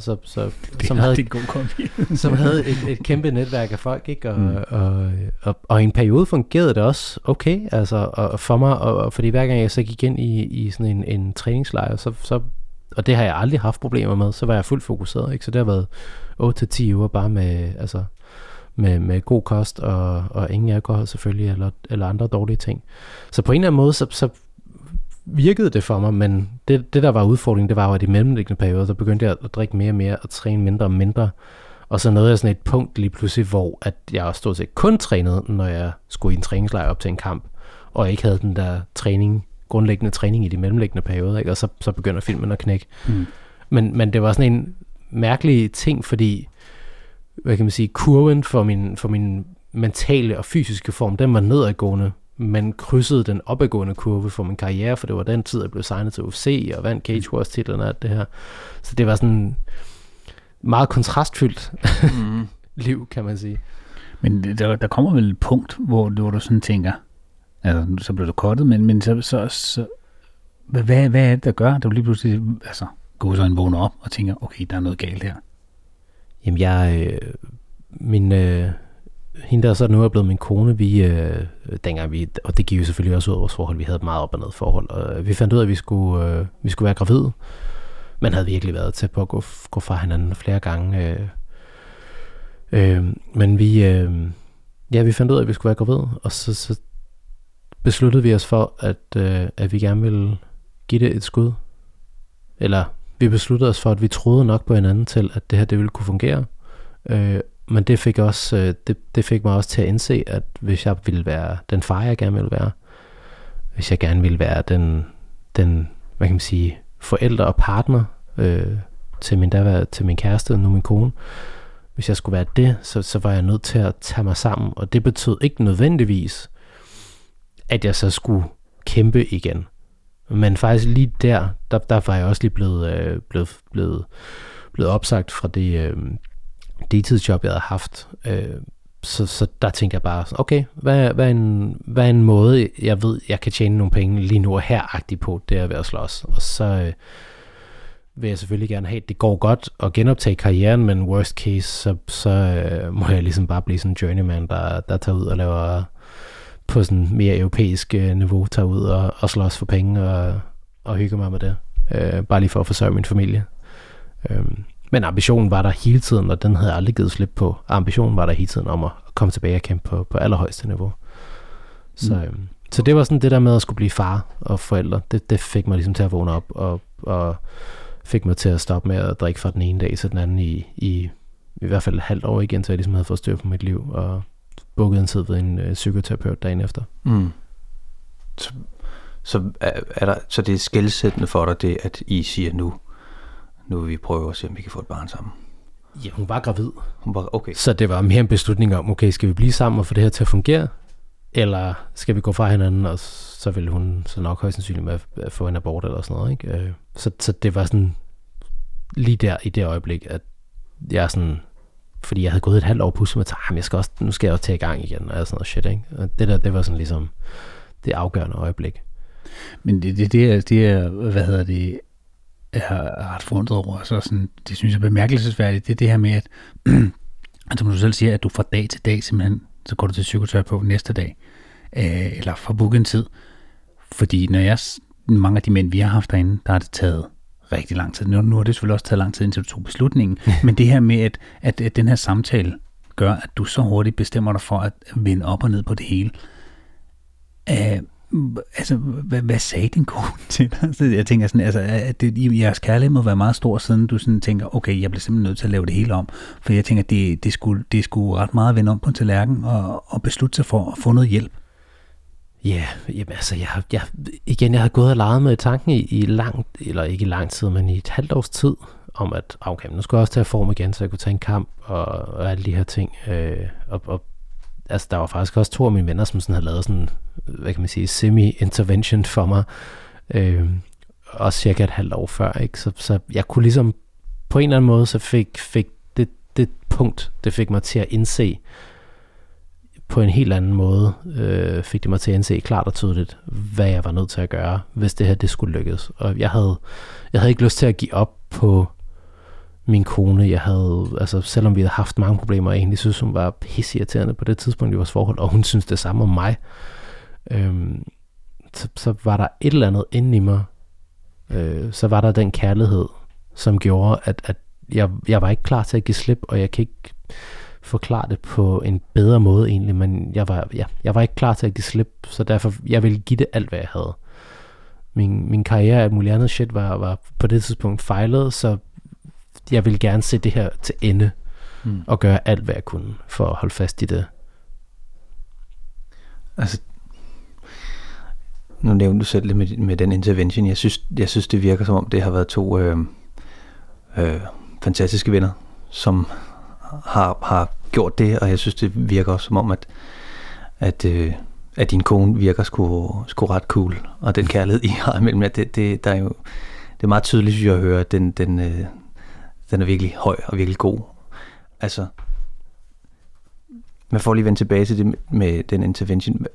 som havde et kæmpe netværk af folk, ikke? Og i en periode fungerede det også okay, altså, og for mig, og fordi hver gang jeg så gik ind i sådan en træningslejr, så og det har jeg aldrig haft problemer med, så var jeg fuldt fokuseret, ikke? Så det har været 8-10 uger bare med god kost og ingen alkohol selvfølgelig, eller andre dårlige ting. Så på en eller anden måde, så virkede det for mig, men det der var udfordringen, det var jo, at i mellemliggende perioder, der begyndte jeg at drikke mere og mere, og træne mindre og mindre, og så nåede jeg sådan et punkt lige pludselig, hvor at jeg stort set kun trænede, når jeg skulle i en træningslejr op til en kamp, og jeg ikke havde den der grundlæggende træning i de mellemliggende perioder, ikke? Og så begynder filmen at knække. Men det var sådan en mærkelig ting, fordi, hvad kan man sige, kurven for min mentale og fysiske form, den var nedadgående men krydsede den opadgående kurve for min karriere, for det var den tid, jeg blev signet til UFC og vandt Cage Wars-titlen og alt det her. Så det var sådan meget kontrastfyldt liv, kan man sige. Men der kommer vel et punkt, hvor du sådan tænker, altså så blev du cuttet, men så hvad er det, der gør, at du lige pludselig går så en vågner op og tænker, okay, der er noget galt her? Jamen hende der så nu er blevet min kone, dengang og det gik jo selvfølgelig også ud af vores forhold, vi havde et meget op og ned forhold, og vi fandt ud af, at vi skulle være gravide. Man havde virkelig været tæt på at gå fra hinanden flere gange. Men vi fandt ud af, at vi skulle være gravide, og så besluttede vi os for, at vi gerne ville give det et skud. Eller vi besluttede os for, at vi troede nok på hinanden til, at det her det ville kunne fungere. Men det fik mig også til at indse, at hvis jeg ville være den far, jeg gerne ville være, hvis jeg gerne ville være den hvad kan man sige, forælder og partner til min kæreste, nu min kone, hvis jeg skulle være det, så var jeg nødt til at tage mig sammen, og det betød ikke nødvendigvis, at jeg så skulle kæmpe igen. Men faktisk lige der var jeg også lige blevet opsagt fra det deltidsjob, jeg havde haft. Så der tænkte jeg bare, okay, hvad er en måde, jeg ved, jeg kan tjene nogle penge lige nu og her-agtigt på, det er ved at slås. Og så vil jeg selvfølgelig gerne have, at det går godt at genoptage karrieren, men worst case, så må jeg ligesom bare blive sådan en journeyman, der tager ud og laver på sådan mere europæisk niveau, tager ud og slås for penge og hygger mig med det. Bare lige for at forsørge min familie. Men ambitionen var der hele tiden, og den havde jeg aldrig givet slip på. Ambitionen var der hele tiden om at komme tilbage og kæmpe på allerhøjeste niveau. Så det var sådan det der med at skulle blive far og forældre. Det fik mig ligesom til at vågne op, og fik mig til at stoppe med at drikke fra den ene dag til den anden i hvert fald et halvt år igen, så jeg ligesom havde fået styr på mit liv, og booket en tid ved en psykoterapeut dagen efter. Så det er skelsættende for dig, det at I siger nu vil vi prøve at se, om vi kan få et barn sammen? Ja, hun var gravid. Okay. Så det var mere en beslutning om, okay, skal vi blive sammen og få det her til at fungere? Eller skal vi gå fra hinanden, og så ville hun så nok højst sandsynligt med at få en abort eller sådan noget, ikke? Så det var sådan lige der i det øjeblik, at jeg sådan, fordi jeg havde gået et halvt år på, med at nu skal jeg også tage i gang igen, og sådan noget shit, ikke? Og det var sådan ligesom det afgørende øjeblik. Men det er hvad hedder det, jeg har ret forundret over, så sådan, det synes jeg er bemærkelsesværdigt, det er det her med, at som du selv siger, at du fra dag til dag simpelthen, så går du til psykoterapeut næste dag, eller får booket en tid, fordi mange af de mænd, vi har haft derinde, der har det taget rigtig lang tid. Nu har det selvfølgelig også taget lang tid, indtil du tog beslutningen, men det her med, at den her samtale gør, at du så hurtigt bestemmer dig for at vende op og ned på det hele. Altså, hvad sagde din kone til dig? Så jeg tænker sådan, altså, at jeres kærlighed må være meget stor, siden du sådan tænker, okay, jeg bliver simpelthen nødt til at lave det hele om. For jeg tænker, det skulle ret meget vende om på en tallerken og beslutte sig for at få noget hjælp. Ja, altså, jeg har gået og leget med tanken i lang tid, men i et halvt års tid, om at, okay, nu skal jeg også tage form igen, så jeg kunne tage en kamp og alle de her ting. Altså, der var faktisk også 2 af mine venner, som sådan havde lavet sådan, hvad kan man sige, semi-intervention for mig, også cirka et halvt år før, ikke? Så jeg kunne ligesom, på en eller anden måde, så fik det punkt, det fik mig til at indse, på en helt anden måde, fik det mig til at indse klart og tydeligt, hvad jeg var nødt til at gøre, hvis det her, det skulle lykkes. Og jeg havde ikke lyst til at give op på min kone. Jeg havde, altså selvom vi havde haft mange problemer, jeg egentlig synes, hun var pisseirriterende på det tidspunkt i vores forhold, og hun synes det samme om mig. Så var der et eller andet inde i mig. Så var der den kærlighed, som gjorde, at jeg var ikke klar til at give slip, og jeg kan ikke forklare det på en bedre måde egentlig, men jeg var ikke klar til at give slip, så derfor, jeg ville give det alt, hvad jeg havde. Min karriere af muligt andet shit var på det tidspunkt fejlet, så jeg ville gerne se det her til ende, og gøre alt, hvad jeg kunne, for at holde fast i det. Altså, nu nævnte du selv lidt med den intervention. Jeg synes, det virker som om, det har været 2 fantastiske venner, som har gjort det, og jeg synes, det virker også som om, at at din kone virker sgu ret cool, og den kærlighed, I har imellem jer, det er meget tydeligt, synes jeg, at høre, at den er virkelig høj og virkelig god. Altså, man får lige vende tilbage til det med den intervention.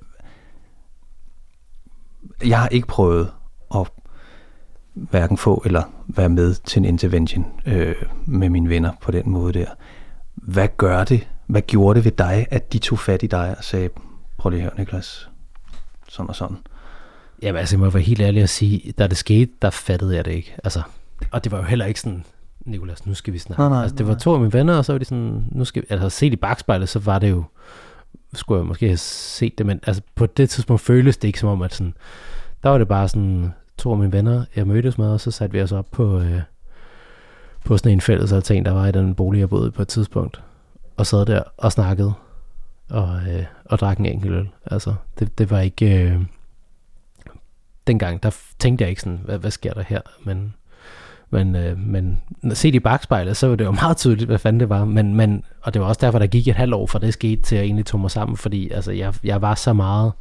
Jeg har ikke prøvet at hverken få eller være med til en intervention med mine venner på den måde der. Hvad gjorde det ved dig, at de tog fat i dig og sagde, prøv lige her, Niklas, sådan og sådan? Jamen altså, jeg må være helt ærlig at sige, da det skete, der fattede jeg det ikke. Altså, og det var jo heller ikke sådan, Nicolas, nu skal vi snakke. Nej, altså, det var 2 af mine venner, og så var de sådan, nu skal vi, altså set i bagspejlet, så var det jo, skulle jeg måske have set det, men altså på det tidspunkt føles det ikke som om, at sådan, der var det bare sådan 2 af mine venner, jeg mødtes med, og så satte vi os op på sådan en fælles altan, der var i den bolig, jeg boede i på et tidspunkt, og sad der og snakkede, og drak en enkelt øl. Altså, det var ikke, dengang, der tænkte jeg ikke sådan, hvad sker der her, men set i bagspejlet, så var det jo meget tydeligt, hvad fanden det var, men og det var også derfor, der gik et halvt år fra det skete, til at jeg egentlig tog mig sammen, fordi altså, jeg var så meget,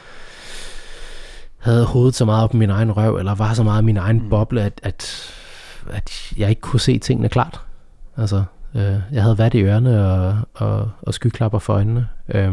havde hovedet så meget op i min egen røv, eller var så meget i min egen boble, at jeg ikke kunne se tingene klart. Altså, jeg havde vat i ørerne og skyklapper for øjnene.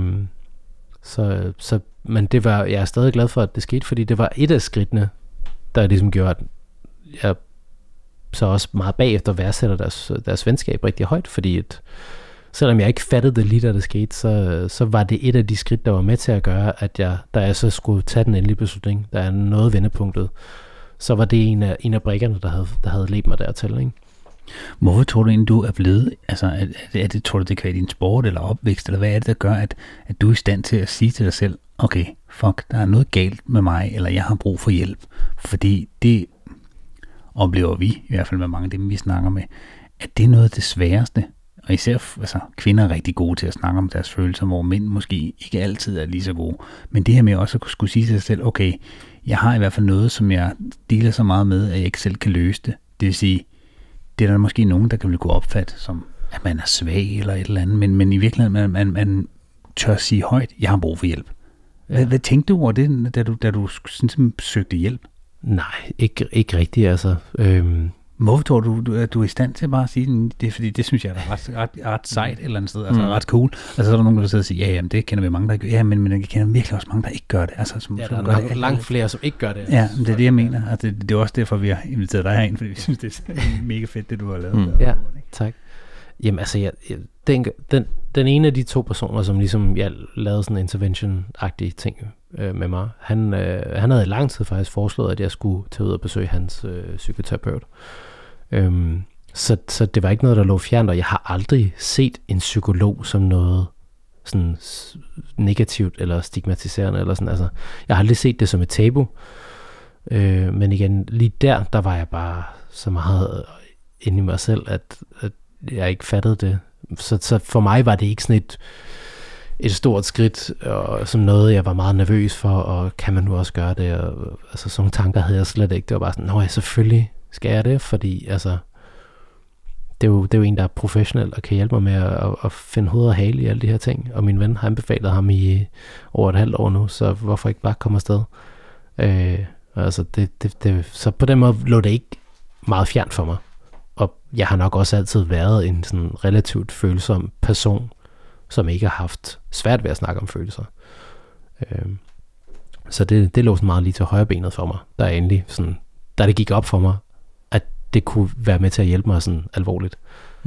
Men det var, jeg er stadig glad for, at det skete, fordi det var et af skridtene, der ligesom gjorde, at jeg så også meget bagefter værdsætter deres venskab rigtig højt, fordi selvom jeg ikke fattede det lige, da det skete, så var det et af de skridt, der var med til at gøre, at da jeg så skulle tage den endelige beslutning, der er noget vendepunktet, så var det en af brikkerne, der havde ledt mig dertil, ikke? Hvorfor tror du egentlig, du er blevet, altså tror du, det kan være din sport eller opvækst, eller hvad er det, der gør, at du er i stand til at sige til dig selv, okay, fuck, der er noget galt med mig, eller jeg har brug for hjælp, fordi det oplever vi, i hvert fald med mange af dem, vi snakker med, at det er noget af det sværeste, og især altså, kvinder er rigtig gode til at snakke om deres følelser, hvor mænd måske ikke altid er lige så gode, men det her med også at skulle sige til sig selv, okay, jeg har i hvert fald noget, som jeg deler så meget med, at jeg ikke selv kan løse det, det vil sige, det er der måske nogen, der kan kunne opfatte som, at man er svag eller et eller andet, men i virkeligheden, man tør sige højt, jeg har brug for hjælp. Ja. Hvad tænkte du over det, da du søgte hjælp? Nej, ikke rigtigt, altså. Hvorfor tror du, at du er i stand til bare at sige det? Fordi det synes jeg er ret sejt et eller andet sted, altså ret cool. Altså så er der nogen, der sidder og siger, ja, jamen, det kender vi mange, der gør. Ja, men jeg kender virkelig også mange, der ikke gør det. Altså, som der er langt flere, som ikke gør det. Ja, det er det, jeg mener. Altså, det er også derfor, vi har inviteret dig herind, fordi vi synes, det er mega fedt, det du har lavet. Ja, tak. Jamen altså, den ene af de 2 personer, som ligesom jeg lavede sådan en intervention-agtige ting med mig, han havde i lang tid faktisk foreslået, at jeg skulle tage ud og besøge hans psykoterapeut. Så det var ikke noget, der lå fjernt, og jeg har aldrig set en psykolog som noget sådan negativt eller stigmatiserende eller sådan. Altså, jeg har aldrig set det som et tabu. Men igen, lige der var jeg bare så meget inde i mig selv, at jeg ikke fattede det. Så for mig var det ikke sådan et stort skridt, og som noget, jeg var meget nervøs for, og kan man nu også gøre det? Og, altså, sådan nogle tanker havde jeg slet ikke. Det var bare sådan, nej, selvfølgelig skal jeg det, fordi altså, det er jo en, der er professionel og kan hjælpe mig med at finde hoved og hale i alle de her ting. Og min ven har anbefalet ham i over et halvt år nu, så hvorfor ikke bare komme afsted? Altså, så på den måde lå det ikke meget fjernt for mig. Og jeg har nok også altid været en sådan relativt følsom person, som ikke har haft svært ved at snakke om følelser. Så det lå sådan meget lige til højre benet for mig, der endelig sådan, da det gik op for mig, at det kunne være med til at hjælpe mig sådan alvorligt.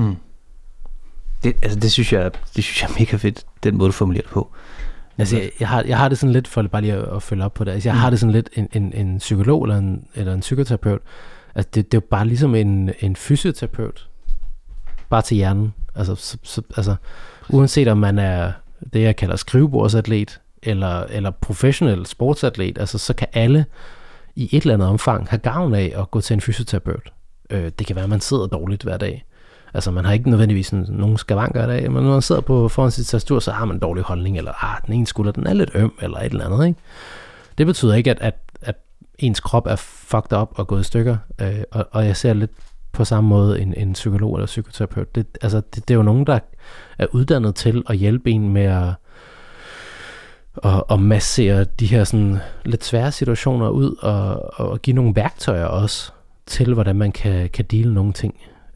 Det synes jeg er mega fedt, den måde du formulerer det på. Altså, jeg har det sådan lidt, for bare lige at følge op på det, altså, jeg har det sådan lidt, en psykolog eller en psykoterapeut, altså det er jo bare ligesom en fysioterapeut, bare til hjernen. Altså, uanset om man er det, jeg kalder skrivebordsatlet, eller professionel sportsatlet, altså så kan alle i et eller andet omfang have gavn af at gå til en fysioterapeut. Det kan være, at man sidder dårligt hver dag. Altså man har ikke nødvendigvis nogen skavanker i dag, men når man sidder foran sit tastatur, så har man en dårlig holdning, eller den ene skulder, den er lidt øm, eller et eller andet, ikke? Det betyder ikke, at ens krop er fucked up og gået i stykker, og jeg ser lidt på samme måde en psykolog eller psykoterapeut. Det er jo nogen, der er uddannet til at hjælpe en med og massere de her sådan lidt svære situationer ud, og give nogle værktøjer også til, hvordan man kan deale nogle ting.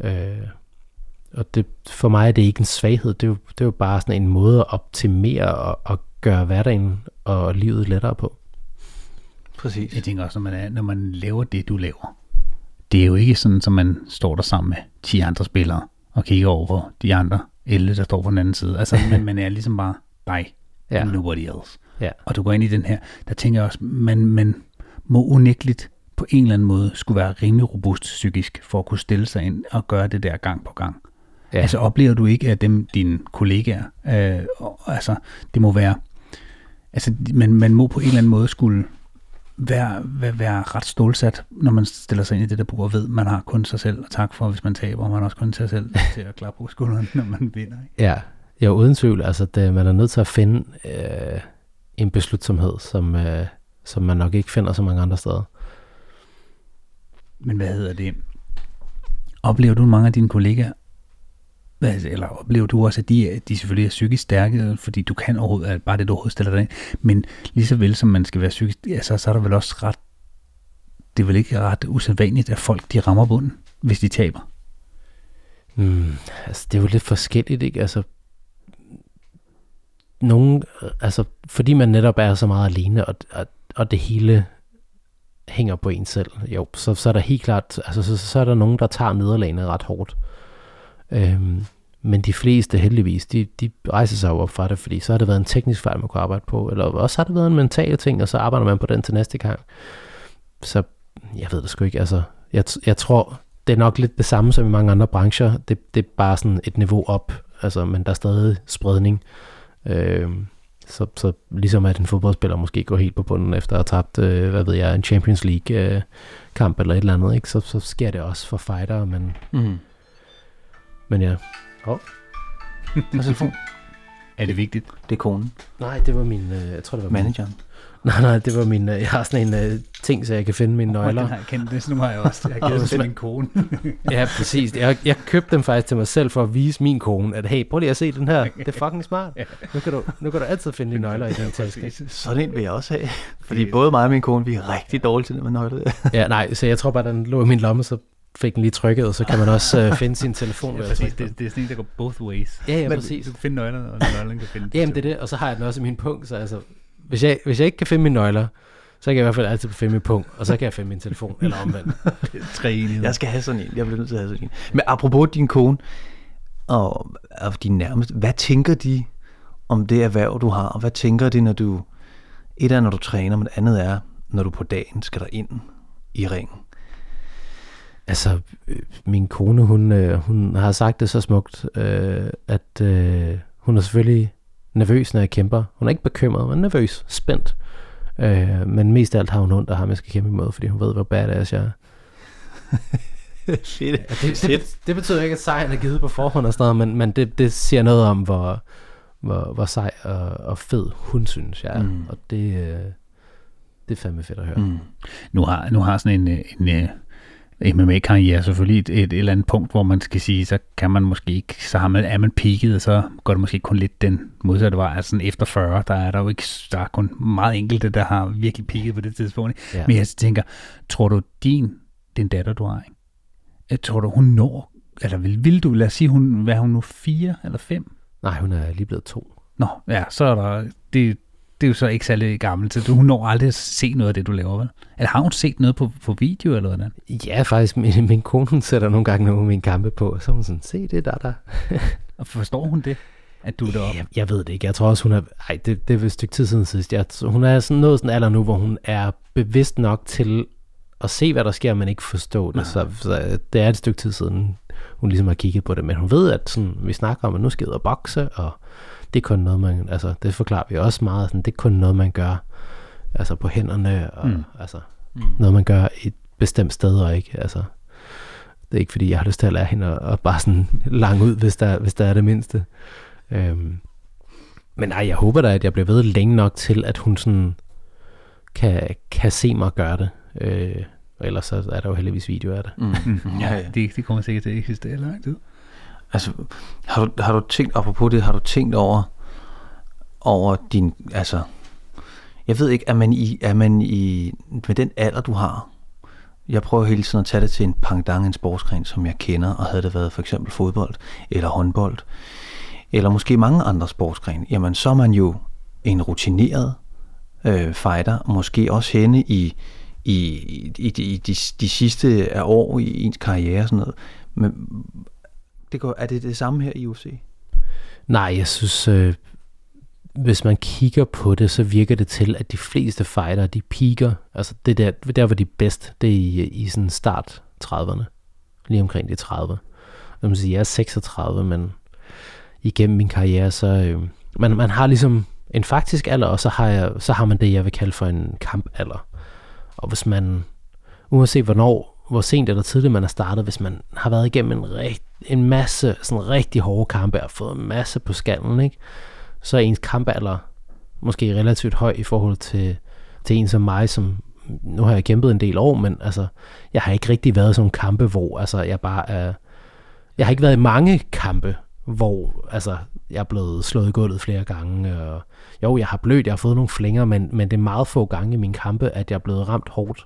Og det, for mig er det ikke en svaghed, det er jo bare sådan en måde at optimere og gøre hverdagen og livet lettere på. Præcis. Jeg tænker også, når man laver det, du laver, det er jo ikke sådan, at man står der sammen med 10 andre spillere og kigger over de andre 11, der står på den anden side. Altså, man er ligesom bare dig, nobody else. Ja. Og du går ind i den her, der tænker jeg også, man må unægteligt på en eller anden måde skulle være rimelig robust psykisk for at kunne stille sig ind og gøre det der gang på gang. Ja. Altså oplever du ikke, at dine kollegaer, altså det må være, altså man må på en eller anden måde skulle være ret stålsat, når man stiller sig ind i det der bord og ved, man har kun sig selv, og tak for, hvis man taber, og man har også kun sig selv til at klappe på skulderen, når man vinder. Ikke? Ja, jeg er uden tvivl, altså man er nødt til at finde en beslutsomhed, som man nok ikke finder så mange andre steder. Men hvad hedder det? Oplever du mange af dine kollegaer, eller oplever du også, at de selvfølgelig er psykisk stærke, fordi du kan overhovedet, bare det du overhovedet stiller dig ind, men lige så vel som man skal være psykisk, altså, så er der vel også det er vel ikke ret usædvanligt, at folk de rammer bunden, hvis de taber? Altså det er jo lidt forskelligt, ikke? Altså fordi man netop er så meget alene, og det hele hænger på en selv, jo, så er der helt klart, altså så er der nogen, der tager nederlagene ret hårdt. Men de fleste heldigvis, de rejser sig op fra det, fordi så har det været en teknisk fejl, man kunne arbejde på, eller også har det været en mental ting, og så arbejder man på den til næste gang. Så jeg ved det sgu ikke, altså jeg tror, det er nok lidt det samme som i mange andre brancher, det er bare sådan et niveau op, altså, men der er stadig spredning. Så ligesom at en fodboldspiller måske går helt på bunden efter at have tabt, en Champions League kamp eller et eller andet, ikke? Så sker det også for fightere, men men ja. Telefon. Er det vigtigt? Det er konen. Nej, det var min, jeg tror det var manageren. Nej, det var min, jeg har sådan en ting, så jeg kan finde mine nøgler. Den har jeg kendt, det nu har jeg også. Jeg har givet til min kone. Ja, præcis. Jeg købte dem faktisk til mig selv for at vise min kone, at hey, prøv lige at se den her. Det er fucking smart. Nu kan du altid finde dine nøgler i den taske. Sådan en vil jeg også have. Fordi både mig og min kone, vi er rigtig dårlige til det med nøgler. Ja, nej, så jeg tror bare, den lå i min lomme, så fik den lige trykket, og så kan man også finde sin telefon. Ja, præcis, det er sådan en, der går both ways. Ja, præcis. Du kan finde nøglerne, og nøglerne kan finde Jamen, det er det, og så har jeg den også i min punkt, så altså, hvis jeg ikke kan finde mine nøgler, så kan jeg i hvert fald altid finde min punkt, og så kan jeg finde min telefon, eller omvendt. Jeg skal have sådan en, jeg bliver nødt til at have sådan en. Men apropos din kone, og din nærmeste, hvad tænker de om det erhverv, du har, og hvad tænker de, når du, et er, når du træner, men det andet er, når du på dagen skal der ind i ringen? Altså, min kone, hun har sagt det så smukt, at hun er selvfølgelig nervøs, når jeg kæmper. Hun er ikke bekymret, men nervøs, spændt. Men mest af alt har hun ondt af ham, jeg skal kæmpe imod, fordi hun ved, hvor badass jeg er. Det betyder ikke, at sejren er givet på forhånd og sådan noget, men det siger noget om, hvor sej og fed hun synes jeg er. Og det er fandme fedt at høre. Nu har sådan en MMA-karriere selvfølgelig et eller andet punkt, hvor man skal sige, så kan man måske ikke, så er man peaked, og så går det måske kun lidt den modsatte vej. Altså efter 40, der er der kun meget enkelte, der har virkelig peaked på det tidspunkt. Ja. Men jeg tænker, tror du den datter, du har, ikke? Tror du, hun når, eller vil du, lad os sige, hvad er hun nu, 4 eller 5? Nej, hun er lige blevet 2. Nå, ja, så er der, det er jo så ikke særlig gammelt, så hun når aldrig at se noget af det, du laver, vel? Eller har hun set noget på video, eller hvordan? Ja, faktisk. Min kone, hun sætter nogle gange nogle af mine kampe på, så hun sådan, se det der. Og forstår hun det, at du er deroppe? Jeg ved det ikke. Jeg tror også, hun er... Ej, det er et stykke tid siden sidst. Hun er sådan nået sådan en alder nu, hvor hun er bevidst nok til at se, hvad der sker, men ikke forstå det. Så det er et stykke tid siden, hun ligesom har kigget på det. Men hun ved, at sådan, vi snakker om, at nu skal jeg bokse, og det er kun noget, man... Altså, det forklarer vi også meget. Sådan, det er kun noget, man gør altså på hænderne, og noget, man gør et bestemt sted, og ikke... Altså, det er ikke, fordi jeg har lyst til at lære hende at bare sådan lange ud, hvis der er det mindste. Men nej, jeg håber da, at jeg bliver ved længe nok til, at hun sådan kan se mig gøre det. Og ellers så er der jo heldigvis videoer af det. Ja. Det kommer sikkert til at eksistere langt ud. Altså, har du tænkt, apropos det, har du tænkt over din, altså, Jeg ved ikke, er man i med den alder, du har? Jeg prøver hele tiden at tage det til en pendant, en sportsgren, som jeg kender, og havde det været for eksempel fodbold eller håndbold, eller måske mange andre sportsgrene, jamen så er man jo en rutineret fighter, måske også henne i de sidste år i ens karriere og sådan noget. Men er det samme her i UFC? Nej, jeg synes, hvis man kigger på det, så virker det til, at de fleste fighter, de peaker, altså det der hvor de er bedst, det er i sådan start 30'erne, lige omkring de 30. Jeg må sige, jeg er 36, men igennem min karriere, så man har ligesom en faktisk alder, og så har man det, jeg vil kalde for en kampalder. Og hvis man, uanset hvor sent eller tidligt man er startet, hvis man har været igennem en masse sådan rigtig hårde kampe og fået en masse på skallen, ikke? Så er ens kampalder måske relativt høj i forhold til en som mig, som nu har jeg kæmpet en del år, men altså, jeg har ikke rigtig været i sådan nogle kampe, hvor altså, jeg har ikke været i mange kampe, hvor altså, jeg er blevet slået i gulvet flere gange, og jo, jeg har blødt, jeg har fået nogle flinger, men det er meget få gange i mine kampe, at jeg er blevet ramt hårdt,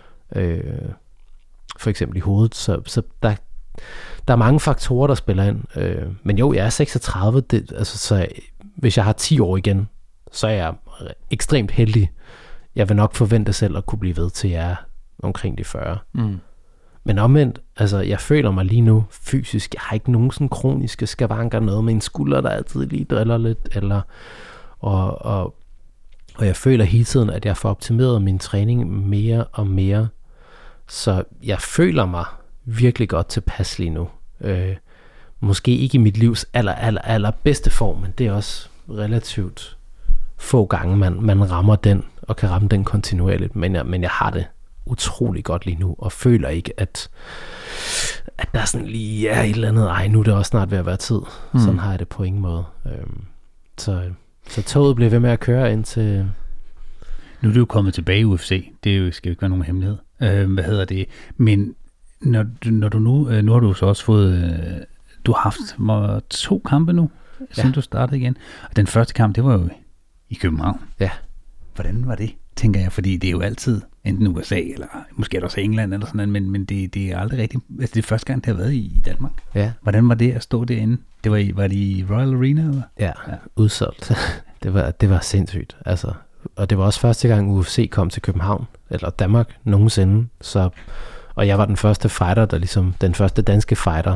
for eksempel i hovedet, så der er mange faktorer, der spiller ind, men jo, jeg er 36, så hvis jeg har 10 år igen, så er jeg ekstremt heldig. Jeg vil nok forvente selv at kunne blive ved til jeg er omkring de 40. Mm. Men omvendt, altså jeg føler mig lige nu fysisk, jeg har ikke nogen sådan kroniske skavanker, noget med en skulder, der altid lige driller lidt, og jeg føler hele tiden, at jeg får optimeret min træning mere og mere, så jeg føler mig virkelig godt tilpas lige nu. Måske ikke i mit livs aller bedste form, men det er også relativt få gange, man rammer den, og kan ramme den kontinuerligt, men jeg har det utrolig godt lige nu, og føler ikke, at der sådan lige er et eller andet, nu er det også snart ved at være tid. Sådan har jeg det på ingen måde. Så toget bliver ved med at køre ind til... Nu er du jo kommet tilbage i UFC, det skal jo ikke være nogen hemmelighed. Men når du nu har du så også fået... Du har haft 2 kampe nu, siden du startede igen. Og den første kamp, det var jo i København. Ja. Hvordan var det, tænker jeg? Fordi det er jo altid enten USA, eller måske er det også England, eller sådan noget, men det er aldrig rigtigt. Altså det er første gang, det har været i Danmark. Ja. Hvordan var det at stå derinde? Var det i Royal Arena, eller? Ja, udsolgt. det var sindssygt. Altså, og det var også første gang, UFC kom til København, eller Danmark nogensinde. Og jeg var den første fighter, den første danske fighter,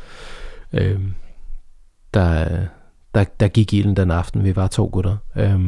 der gik ilden den aften. Vi var 2 gutter.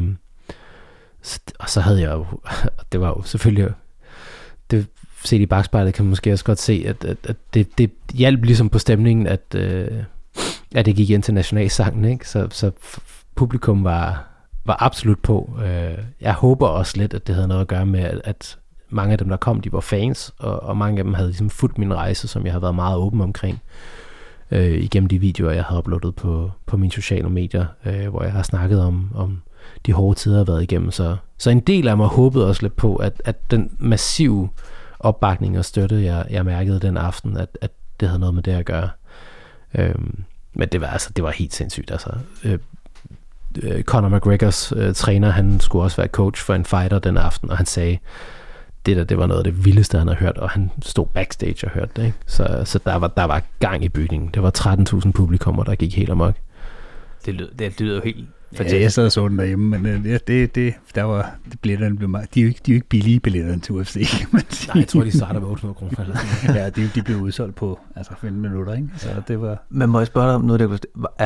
Og så havde jeg jo, det var jo selvfølgelig, det set i bagspejlet kan man måske også godt se, at det hjalp ligesom på stemningen, at det gik ind til nationalsangen, ikke? Så publikum var absolut på. Jeg håber også lidt, at det havde noget at gøre med, at mange af dem, der kom, de var fans, og mange af dem havde ligesom fulgt min rejse, som jeg har været meget åben omkring, igennem de videoer, jeg har uploadet på mine sociale medier, hvor jeg har snakket om de hårde tider, jeg har været igennem. Så en del af mig håbede også lidt på, at den massive opbakning og støtte, jeg mærkede den aften, at det havde noget med det at gøre. Men det var helt sindssygt. Altså, Conor McGregors træner, han skulle også være coach for en fighter den aften, og han sagde, det var noget af det vildeste, han har hørt, og han stod backstage og hørte det, ikke? Så der var gang i bygningen. Det var 13.000 publikummer, der gik helt amok. Det lyder jo helt fantastisk. Ja, jeg sad og så den derhjemme, men der var billetterne blev meget. De er jo ikke billige billetterne til UFC, kan man sige. Nej, jeg tror, de starter med 800 kroner. Ja, de blev udsolgt på 5 minutter, ikke? Så det var... Men må jeg spørge dig om noget,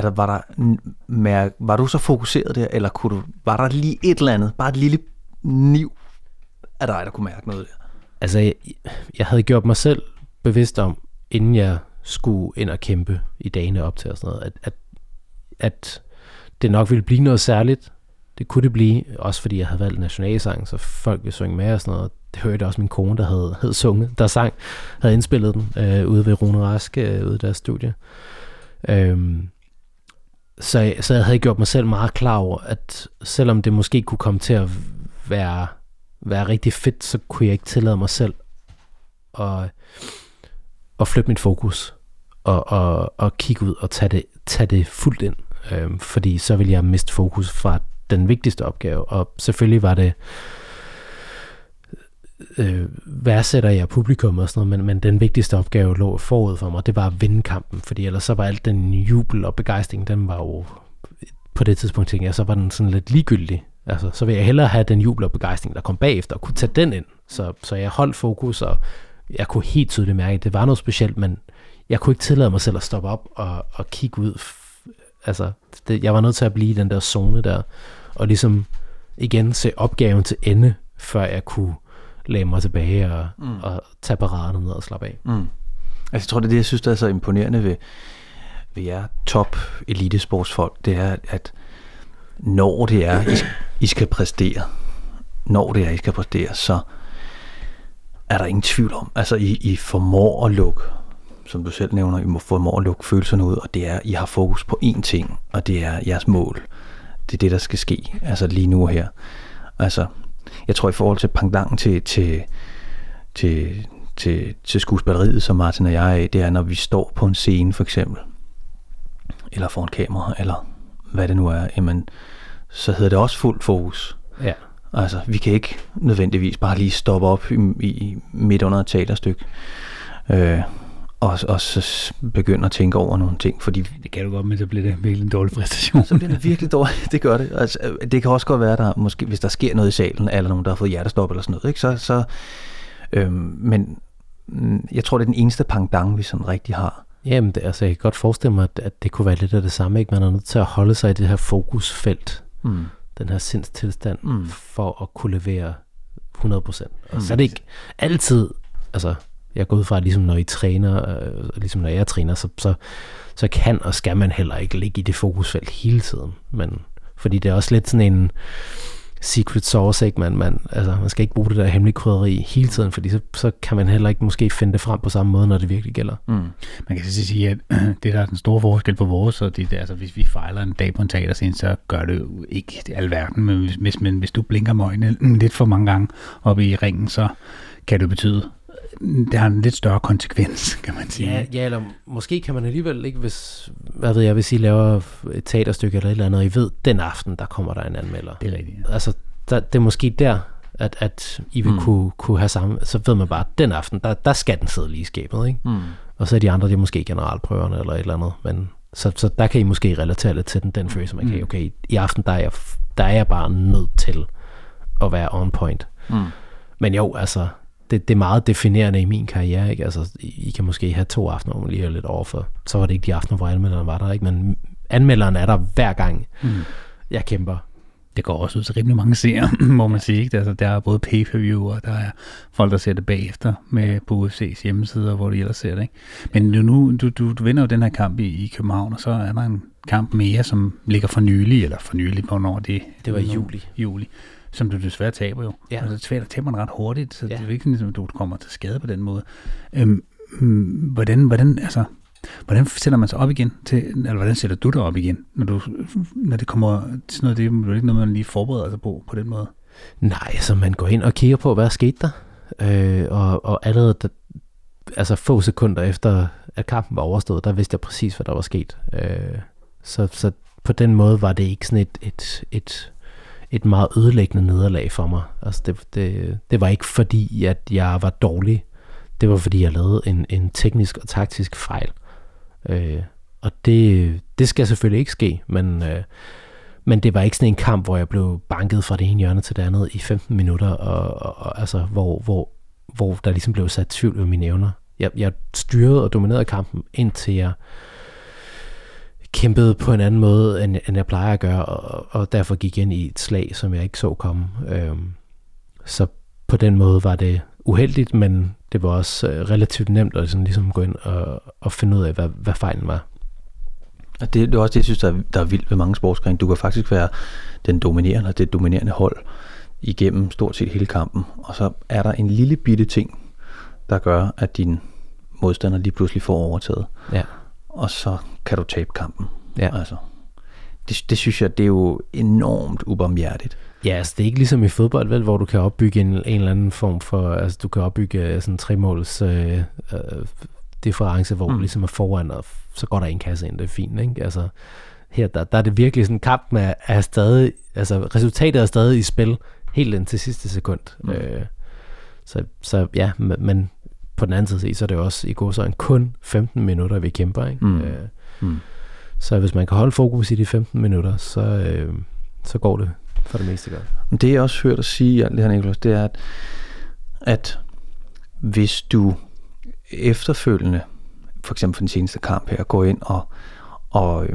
var du så fokuseret der, eller var der lige et eller andet, bare et lille niv af dig, der kunne mærke noget der? Altså, jeg havde gjort mig selv bevidst om, inden jeg skulle ind og kæmpe i dagene op til og sådan noget, at det nok ville blive noget særligt. Det kunne det blive, også fordi jeg havde valgt nationalsang, så folk ville synge med og sådan noget. Det hørte også min kone, der havde sunget, havde indspillet den ude ved Rune Rask, ude i deres studie. Så jeg havde gjort mig selv meget klar over, at selvom det måske kunne komme til at være rigtig fedt, så kunne jeg ikke tillade mig selv at flytte mit fokus og kigge ud og tage det fuldt ind. Fordi så vil jeg miste fokus fra den vigtigste opgave. Og selvfølgelig var det værdsætter jeg publikum og sådan noget, men den vigtigste opgave lå forud for mig, det var at vinde kampen, fordi ellers så var alt den jubel og begejstring, den var jo på det tidspunkt, tænkte jeg, så var den sådan lidt ligegyldig. Altså, så vil jeg hellere have den jubel og begejstring, der kom bagefter, og kunne tage den ind. Så jeg holdt fokus, og jeg kunne helt tydeligt mærke, at det var noget specielt, men jeg kunne ikke tillade mig selv at stoppe op og kigge ud. Altså, jeg var nødt til at blive i den der zone der, og ligesom igen se opgaven til ende, før jeg kunne lægge mig tilbage og tage paraderne ned og slappe af. Altså, jeg tror, det er det, jeg synes, der er så imponerende ved jer top elitesportsfolk, det er, at når det er, I skal præstere, så er der ingen tvivl om. Altså, I formår at lukke, som du selv nævner, I formår at lukke følelserne ud, og det er, I har fokus på én ting, og det er jeres mål. Det er det, der skal ske, altså lige nu og her. Altså, jeg tror i forhold til pendant til skuespilleriet, som Martin og jeg er, det er, når vi står på en scene, for eksempel, eller foran kamera, eller hvad det nu er, jamen, så hedder det også fuld fokus. Ja. Altså, vi kan ikke nødvendigvis bare lige stoppe op i midt under et teaterstykke, og så begynde at tænke over nogle ting, fordi... Det kan du godt, men så bliver det virkelig en dårlig præstation. Så bliver det virkelig dårligt, det gør det. Altså, det kan også godt være, der måske, hvis der sker noget i salen, eller nogen, der har fået hjertestop eller sådan noget, ikke? Men jeg tror, det er den eneste pendant, vi sådan rigtig har. Jamen, altså, jeg kan godt forestille mig, at det kunne være lidt af det samme, ikke? Man er nødt til at holde sig i det her fokusfelt, den her sindstilstand, for at kunne levere 100%. Og så er det ikke altid, altså, jeg går ud fra, at ligesom når I træner, ligesom når jeg træner, så kan og skal man heller ikke ligge i det fokusfelt hele tiden. Men, fordi det er også lidt sådan en secret sauce, ikke? Man skal ikke bruge det der hemmelige krydderi hele tiden, fordi så kan man heller ikke måske finde det frem på samme måde, når det virkelig gælder. Man kan så sige, at det der er den store forskel på vores, og det der, altså hvis vi fejler en dag på en teaterscene, så gør det jo ikke alverden, men hvis du blinker med øjnene lidt for mange gange oppe i ringen, så kan det betyde, det har en lidt større konsekvens, kan man sige. Ja, eller måske kan man alligevel ikke, hvis I laver et teaterstykke eller et eller andet, og I ved, den aften, der kommer der en anmelder. Det er rigtigt, ja. Altså, det er måske der, at I vil kunne have samme, så ved man bare, at den aften, der skal den sidde lige i skabet, ikke? Og så er de andre, det er måske generalprøverne eller et eller andet, men så der kan I måske relatere lidt til den følelse, man kan, okay, i aften, der er jeg bare nødt til at være on point. Men jo, altså, det er meget definerende i min karriere, ikke? Altså, I kan måske have 2 aftener, hvor man lige er lidt overfor. Så var det ikke de aftener, hvor anmelderen var der, ikke? Men anmelderen er der hver gang, jeg kæmper. Det går også ud til rimelig mange seere, må man sige, ikke? Altså, der er både pay-per-view, og der er folk, der ser det bagefter med på UFC's hjemmesider, hvor de ellers ser det, ikke? Men nu, du vinder jo den her kamp i København, og så er der en kamp mere, som ligger for nylig, hvornår det... Det var i juli. Som du desværre taber jo. Ja. Altså, det taber man ret hurtigt, så det er ikke sådan, at du kommer til skade på den måde. Hvordan sætter man sig op igen eller hvordan sætter du dig op igen, når det kommer til sådan noget, det er ikke noget, man lige forbereder sig på den måde? Nej, så man går ind og kigger på, hvad der skete der, og allerede altså få sekunder efter, at kampen var overstået, der vidste jeg præcis, hvad der var sket. Så på den måde var det ikke sådan et meget ødelæggende nederlag for mig. Altså det var ikke fordi, at jeg var dårlig. Det var fordi, jeg lavede en teknisk og taktisk fejl. Og det skal selvfølgelig ikke ske, men det var ikke sådan en kamp, hvor jeg blev banket fra det ene hjørne til det andet i 15 minutter, og altså, hvor der ligesom blev sat tvivl ved mine evner. Jeg styrede og dominerede kampen, indtil jeg kæmpede på en anden måde, end jeg plejer at gøre, og derfor gik ind i et slag, som jeg ikke så komme. Så på den måde var det uheldigt, men det var også relativt nemt at sådan ligesom gå ind og finde ud af, hvad fejlen var. Og det er også det, jeg synes, der er vildt ved mange sportsgrene. Du kan faktisk være det dominerende hold igennem stort set hele kampen, og så er der en lille bitte ting, der gør, at din modstander lige pludselig får overtaget. Ja. Og så kan du tabe kampen. Ja. Altså, det synes jeg, det er jo enormt ubarmhjertigt. Ja, altså det er ikke ligesom i fodbold, vel, hvor du kan opbygge en eller anden form for, altså du kan opbygge sådan en 3-måls difference, hvor du ligesom er foran, og så går der en kasse ind, det er fint, ikke? Altså her der er det virkelig sådan en kamp med at stadig, altså resultatet er stadig i spil helt ind til sidste sekund. Så ja, men på den anden side så er det jo også i gåseøjne kun 15 minutter, vi kæmper, ikke? Så hvis man kan holde fokus i de 15 minutter, så går det for det meste godt. Det jeg også hørt dig sige, det her, Nicholas, det er, at hvis du efterfølgende, for eksempel for den seneste kamp her, går ind og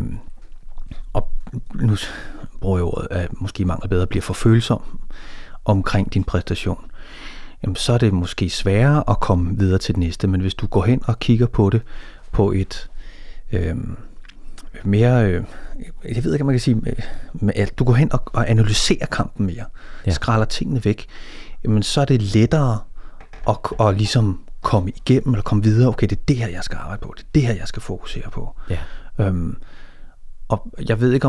nu bruger jeg ordet, at måske mangler bedre, bliver for følsom omkring din præstation, jamen så er det måske sværere at komme videre til det næste. Men hvis du går hen og kigger på det på et mere, jeg ved ikke, om man kan sige, du går hen og analyserer kampen mere, skræller tingene væk, jamen så er det lettere at ligesom komme igennem, eller komme videre. Okay, det er det her, jeg skal arbejde på, det er det her, jeg skal fokusere på. Og jeg ved ikke,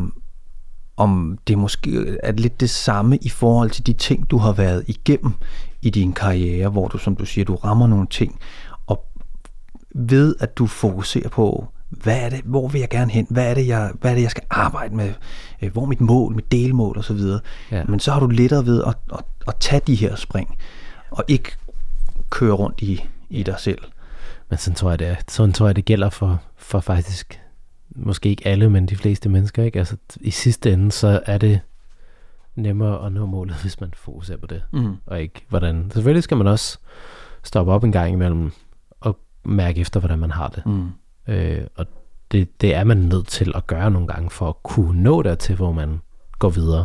om det måske er lidt det samme i forhold til de ting, du har været igennem i din karriere, hvor du, som du siger, du rammer nogle ting, og ved, at du fokuserer på, hvad er det, hvor vil jeg gerne hen, hvad er det, jeg skal arbejde med, hvor er mit mål, mit delmål og så videre. Ja. Men så har du lettere ved at tage de her spring, og ikke køre rundt i dig selv. Men sådan tror jeg, det gælder for faktisk måske ikke alle, men de fleste mennesker, ikke? Altså i sidste ende, så er det nemmere at nå målet, hvis man fokuserer på det, og ikke hvordan. Selvfølgelig skal man også stoppe op en gang imellem og mærke efter, hvordan man har det. Og det er man nødt til at gøre nogle gange, for at kunne nå dertil, hvor man går videre.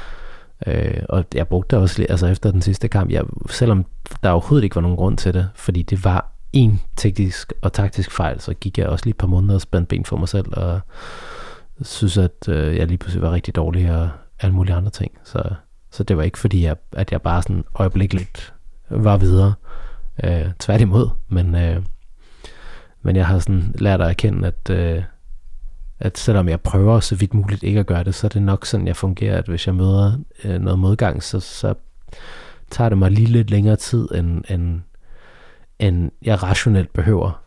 Og jeg brugte det også, altså efter den sidste kamp, selvom der overhovedet ikke var nogen grund til det, fordi det var en teknisk og taktisk fejl, så gik jeg også lige et par måneder og spændte ben for mig selv, og synes, at jeg lige pludselig var rigtig dårlig og alle mulige andre ting. Så det var ikke fordi, at jeg bare sådan øjeblikkeligt var videre. Tværtimod, men jeg har sådan lært at erkende, at selvom jeg prøver så vidt muligt ikke at gøre det, så er det nok sådan, jeg fungerer, at hvis jeg møder noget modgang, så tager det mig lige lidt længere tid, end jeg rationelt behøver.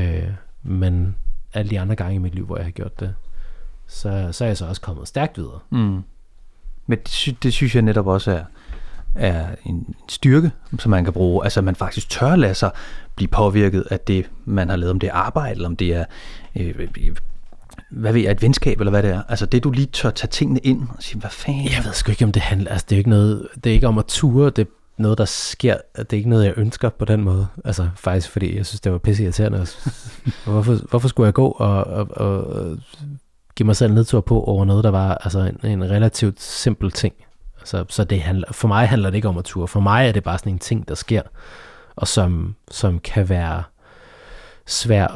Men alle de andre gange i mit liv, hvor jeg har gjort det, så er jeg så også kommet stærkt videre. Men det synes jeg netop også er en styrke, som man kan bruge. Altså man faktisk tør lade sig blive påvirket af det, man har lavet, om det er arbejde, eller om det er hvad ved jeg, et venskab, eller hvad det er. Altså det, du lige tør tage tingene ind og sige, hvad fanden? Jeg ved sgu ikke, om det handler, altså det er ikke noget, det er ikke om at ture, det er noget, der sker, det er ikke noget, jeg ønsker på den måde. Altså faktisk, fordi jeg synes, det var pisse irriterende. Hvorfor skulle jeg gå og give mig selv nedtur på over noget, der var altså en relativt simpel ting. Altså, så det handler, for mig handler det ikke om at ture. For mig er det bare sådan en ting, der sker, og som kan være svær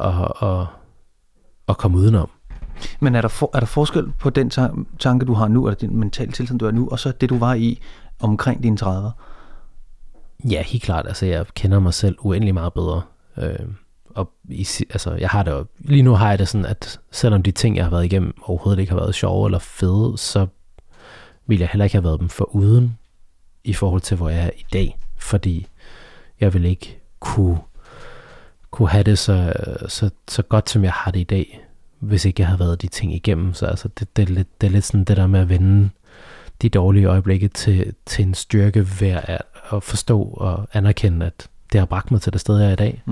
at komme udenom. Men er der forskel på den tanke, du har nu, eller den mentale tilstand, du er nu, og så det, du var i omkring dine 30'er? Ja, helt klart. Altså, jeg kender mig selv uendelig meget bedre. Altså, jeg har det, lige nu har jeg det sådan, at selvom de ting, jeg har været igennem, overhovedet ikke har været sjove eller fede, så vil jeg heller ikke have været dem foruden i forhold til, hvor jeg er i dag. Fordi jeg vil ikke kunne have det så godt, som jeg har det i dag, hvis ikke jeg havde været de ting igennem. Så altså, det er lidt sådan det der med at vende de dårlige øjeblikke til en styrke ved at forstå og anerkende, at det har bragt mig til det sted, jeg er i dag.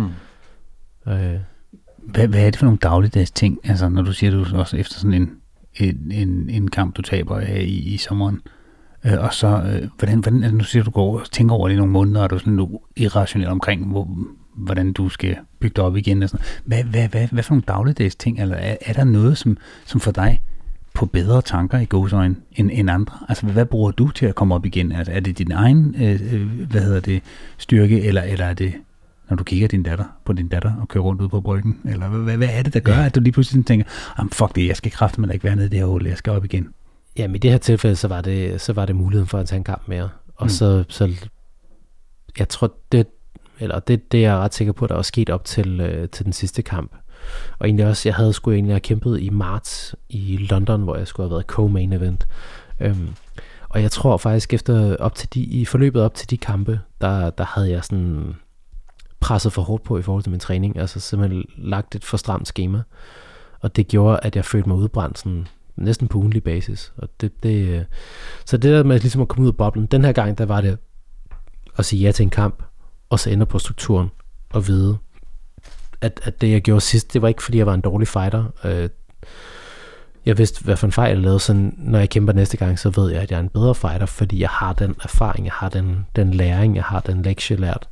Hvad er det for nogle dagligdags ting, altså når du siger, du også efter sådan en kamp, du taber i sommeren, og så, hvordan nu siger du går og tænker over det i nogle måneder, og er du sådan irrationel omkring, hvordan du skal bygge dig op igen, og sådan. Hvad for nogle dagligdags ting, eller er der noget, som for dig på bedre tanker i gåseøjne end andre? Altså, hvad bruger du til at komme op igen? Altså, er det din egen, styrke, eller er det, når du kigger på din datter og kører rundt ud på bryggen? Eller hvad er det, der gør, at du lige pludselig tænker, fuck det, jeg skal kraftedeme ikke være nede i det her hul, jeg skal op igen? Jamen, i det her tilfælde, så var det muligheden for at tage en kamp mere. Og så jeg tror, det er jeg ret sikker på, der var sket op til den sidste kamp. Og egentlig også, jeg havde have kæmpet i marts i London, hvor jeg skulle have været co-main event. Og jeg tror faktisk, i forløbet op til de kampe, der havde jeg sådan presset for hårdt på i forhold til min træning. Altså simpelthen lagt et for stramt skema. Og det gjorde, at jeg følte mig udbrændt sådan næsten på ugenlig basis. Og så det der med ligesom at komme ud af boblen, den her gang, der var det at sige ja til en kamp, og så ændre på strukturen, og vide, at det jeg gjorde sidst, det var ikke fordi jeg var en dårlig fighter. Jeg vidste, hvad for en fejl jeg lavede, så når jeg kæmper næste gang, så ved jeg, at jeg er en bedre fighter, fordi jeg har den erfaring, jeg har den læring, jeg har den lektie lært.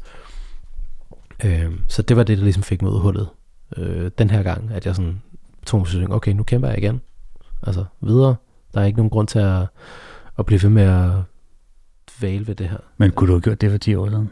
Så det var det, der ligesom fik mig ud af hullet. Den her gang, at jeg sådan tog en beslutning, okay, nu kæmper jeg igen. Altså videre. Der er ikke nogen grund til at blive ved med at dvæle ved det her. Men kunne du have gjort det for 10 år siden?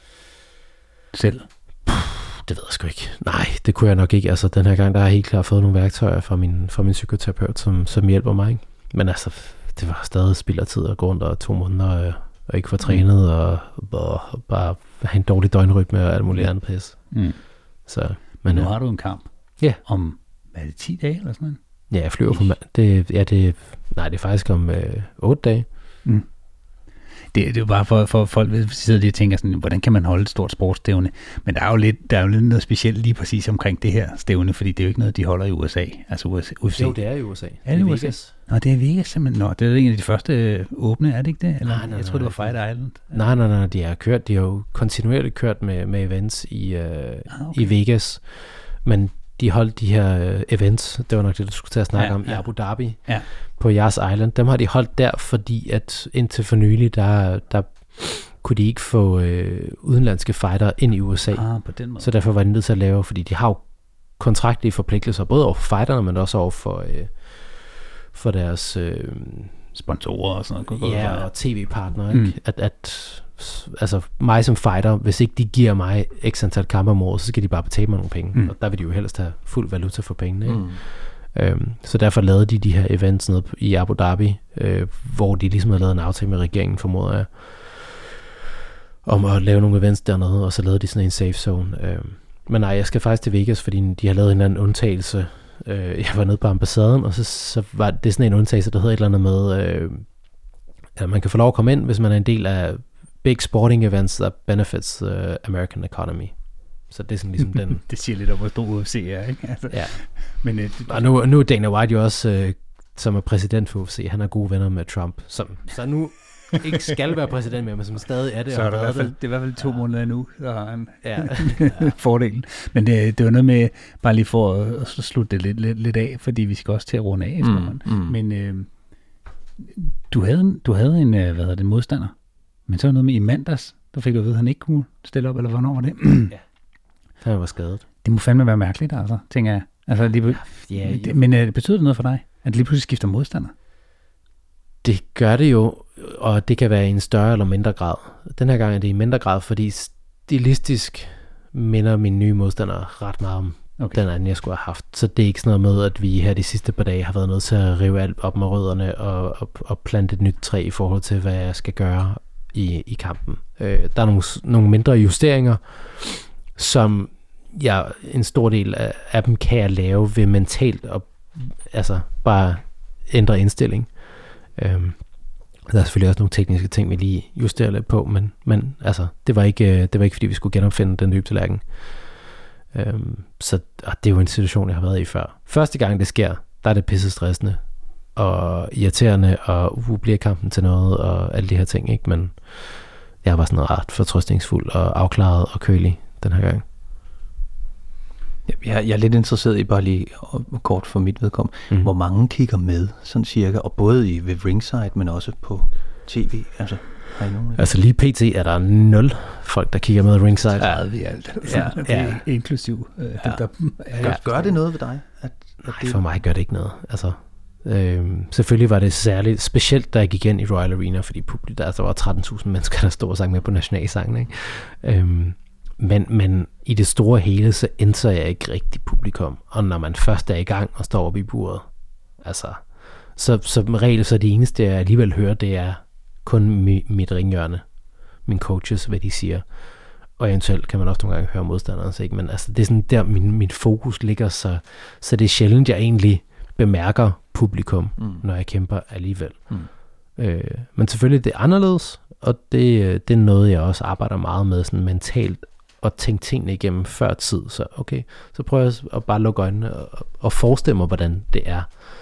Selv? Det ved jeg sgu ikke. Nej, det kunne jeg nok ikke. Altså, den her gang, der har jeg helt klart fået nogle værktøjer fra min psykoterapeut, som hjælper mig. Ikke? Men altså, det var stadig spild af tid at gå rundt og 2 måneder og ikke få trænet og bare have en dårlig døgnrytme og alt muligt andet pis. Så, men nu har du en kamp om, hvad er det, 10 dage eller sådan noget? Ja, jeg flyver på det er faktisk om 8 dage. Det er jo bare for folk, der sidder lige og tænker sådan, hvordan kan man holde et stort sportsstævne? Men der er jo lidt noget specielt lige præcis omkring det her stævne, fordi det er jo ikke noget, de holder i USA. Altså UFC. Jo, det er i USA. Er det i USA? Nå, det er Vegas simpelthen. Nå, det er en af de første åbne, er det ikke det? Eller? Nej, jeg tror, det var Fight Island. Nej, de har jo kontinuerligt kørt med events i Vegas, men de holdt de her events, det var nok det, du skulle til at snakke om, i Abu Dhabi, på Yas Island. Dem har de holdt der, fordi at indtil for nylig, der kunne de ikke få udenlandske fighter ind i USA. På den måde. Så derfor var de nødt til at lave, fordi de har jo kontraktlige forpligtelser, både over for fighterne, men også over for deres sponsorer og sådan noget. Ja, og tv-partnere. Ikke? Altså mig som fighter, hvis ikke de giver mig x antal kampe om året, så skal de bare betale mig nogle penge. Og der vil de jo helst have fuld valuta for pengene. Ikke? Så derfor lavede de her events nede i Abu Dhabi, hvor de ligesom havde lavet en aftale med regeringen, formoder jeg, om at lave nogle events dernede, og så lavede de sådan en safe zone. Men nej, jeg skal faktisk til Vegas, fordi de har lavet en anden undtagelse. Jeg var nede på ambassaden, og så var det sådan en undtagelse, der hedder et eller andet med, at man kan få lov at komme ind, hvis man er en del af big sporting events that benefits the American economy. Så det er sådan ligesom den... det siger lidt om, hvor stor UFC er, ikke? Altså, ja. Men, og nu er Dana White jo også, som er præsident for UFC, han er gode venner med Trump, så nu ikke skal være præsident mere, men som stadig er det. Så er det, det er i hvert fald 2 måneder nu, så har han ja. fordelen. Men det var noget med, bare lige for at slutte det lidt af, fordi vi skal også til at runde af efterhånden. Men du havde en modstander, men så var noget med i mandags, der fik du at vide, at han ikke kunne stille op, eller hvornår var det? Ja, han var skadet. Det må fandme være mærkeligt, altså, tænker jeg. Altså, men betyder det noget for dig, at det lige pludselig skifter modstander? Det gør det jo, og det kan være i en større eller mindre grad. Den her gang er det i mindre grad, fordi stilistisk minder min nye modstander ret meget om den anden, jeg skulle have haft. Så det er ikke sådan noget med, at vi her de sidste par dage har været nødt til at rive alt op med rødderne og plante et nyt træ i forhold til, hvad jeg skal gøre i kampen. Der er nogle mindre justeringer, som en stor del af dem kan jeg lave ved mentalt og altså bare ændre indstilling. Der er selvfølgelig også nogle tekniske ting, vi lige justerer lidt på, men altså, det var ikke fordi vi skulle genopfinde den dybe tallerken. Så det er jo en situation, jeg har været i før. Første gang det sker, der er det pisse stressende og irriterende, og bliver kampen til noget, og alle de her ting, ikke? Men jeg var sådan ret fortrøstningsfuld og afklaret og kølig den her gang. Jeg er lidt interesseret i, bare lige kort for mit vedkommende, hvor mange kigger med, sådan cirka, og både ved ringside, men også på tv, altså har I nogen? Altså lige pt. Er der 0 folk, der kigger med ringside. Ja, vi er alt. Det er inklusiv. Gør det noget ved dig? Nej, for mig gør det ikke noget. Altså, selvfølgelig var det særligt specielt, da jeg gik ind i Royal Arena, fordi der var 13.000 mennesker, der stod og sang med på nationalsangen, ikke? Men i det store hele, så ændrer jeg ikke rigtig publikum. Og når man først er i gang og står oppe i buret, altså, så som regel, så det eneste, jeg alligevel hører, det er kun mit ringhjørne. Mine coaches, hvad de siger. Og eventuelt kan man også nogle gange høre modstanderen, ikke? Men altså, det er sådan der, min fokus ligger, så det er sjældent, jeg egentlig bemærker publikum, når jeg kæmper alligevel. Men selvfølgelig, det er anderledes, og det er noget, jeg også arbejder meget med, sådan mentalt, og tænke tingene igennem før tid. Så okay, så prøver jeg at bare lukke øjnene og forestille mig, hvordan det er.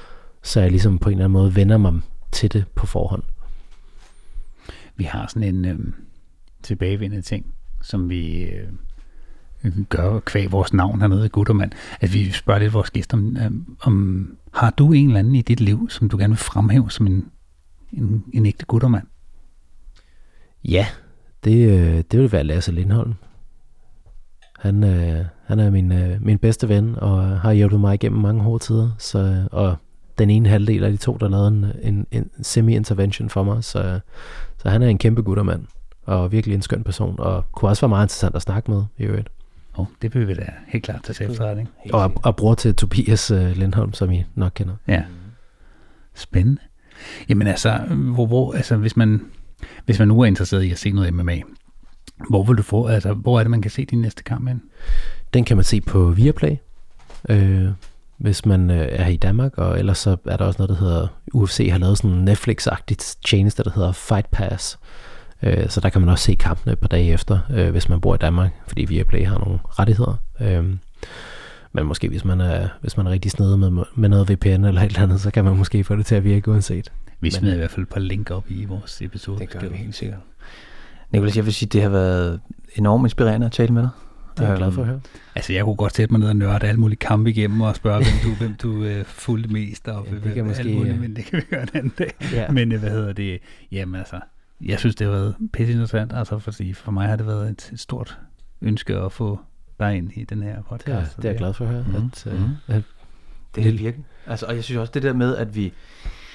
så jeg ligesom på en eller anden måde vender mig til det på forhånd. Vi har sådan en tilbagevendende ting, som vi gør kvæg vores navn hernede i Guttermand, at vi spørger lidt vores gæster om har du en eller anden i dit liv, som du gerne vil fremhæve som en ægte Guttermand? Ja, det vil være Lasse Lindholm. Han er min bedste ven, og har hjulpet mig igennem mange hårde tider. Og den ene halvdel af de to, der lavede en semi-intervention for mig. Så han er en kæmpe guttermand, og virkelig en skøn person, og kunne også være meget interessant at snakke med i øvrigt. Det vil vi da helt klart tage efterretning. Og bror til Tobias Lindholm, som I nok kender. Ja. Spændende. Jamen altså, hvis man nu er interesseret i at se noget MMA, hvor vil du få, altså, hvor er det, man kan se din næste kamp hen? Den kan man se på Viaplay, hvis man er i Danmark, og ellers så er der også noget, der hedder, UFC har lavet sådan en Netflix-agtigt tjeneste, der hedder Fight Pass, så der kan man også se kampene et par dage efter, hvis man bor i Danmark, fordi Viaplay har nogle rettigheder. Men måske hvis man er rigtig snedig med noget VPN eller et eller andet, så kan man måske få det til at virke uanset. Vi smider i hvert fald et par link op i vores episode. Det gør vi helt sikkert. Nicholas, jeg vil sige, det har været enormt inspirerende at tale med dig. Det er jeg glad for at høre. Altså, jeg kunne godt sætte mig ned og nørde alle mulige kampe igennem og spørge, hvem du fulgte mest. Og det kan måske... muligt, men det kan vi gøre en anden dag. Ja. Men hvad hedder det? Jamen altså, jeg synes, det har været pisse interessant. Altså, for mig har det været et stort ønske at få dig ind i den her podcast. Det er jeg glad for at høre. Det er virkelig. Altså, og jeg synes også, det der med, at vi...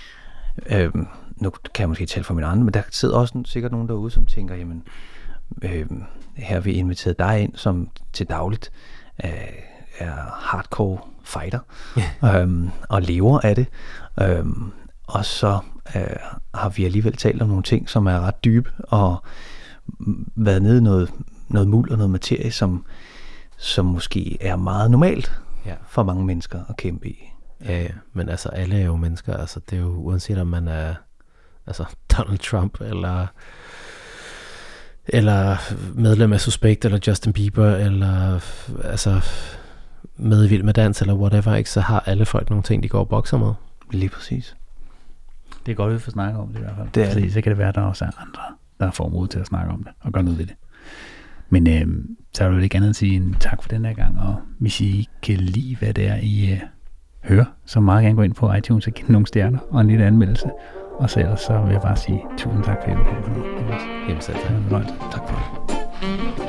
nu kan jeg måske tale for min anden, men der sidder også sikkert nogen derude, som tænker, jamen, her har vi inviteret dig ind, som til dagligt er hardcore fighter, og lever af det. Og så har vi alligevel talt om nogle ting, som er ret dybe, og været nede i noget muld og noget materie, som måske er meget normalt for mange mennesker at kæmpe i. Ja, men altså alle er jo mennesker, altså det er jo uanset om man er altså Donald Trump eller medlem af Suspekt eller Justin Bieber eller altså med i Vild med Dans eller whatever, ikke, så har alle folk nogle ting, de går og bokser med. Lige præcis. Det er godt, vi får snakket om det i hvert fald. Fordi så kan det være, at der også er andre, der får mod til at snakke om det og gøre noget ved det. Men så er det jo ikke andet at sige en tak for den her gang, og hvis I kan lide, hvad det er, I hører, så meget gerne gå ind på iTunes og give nogle stjerner og en lille anmeldelse. Og så ellers så vil jeg bare sige tusind tak for, at I kom. Jamen selv tak. Tak for det.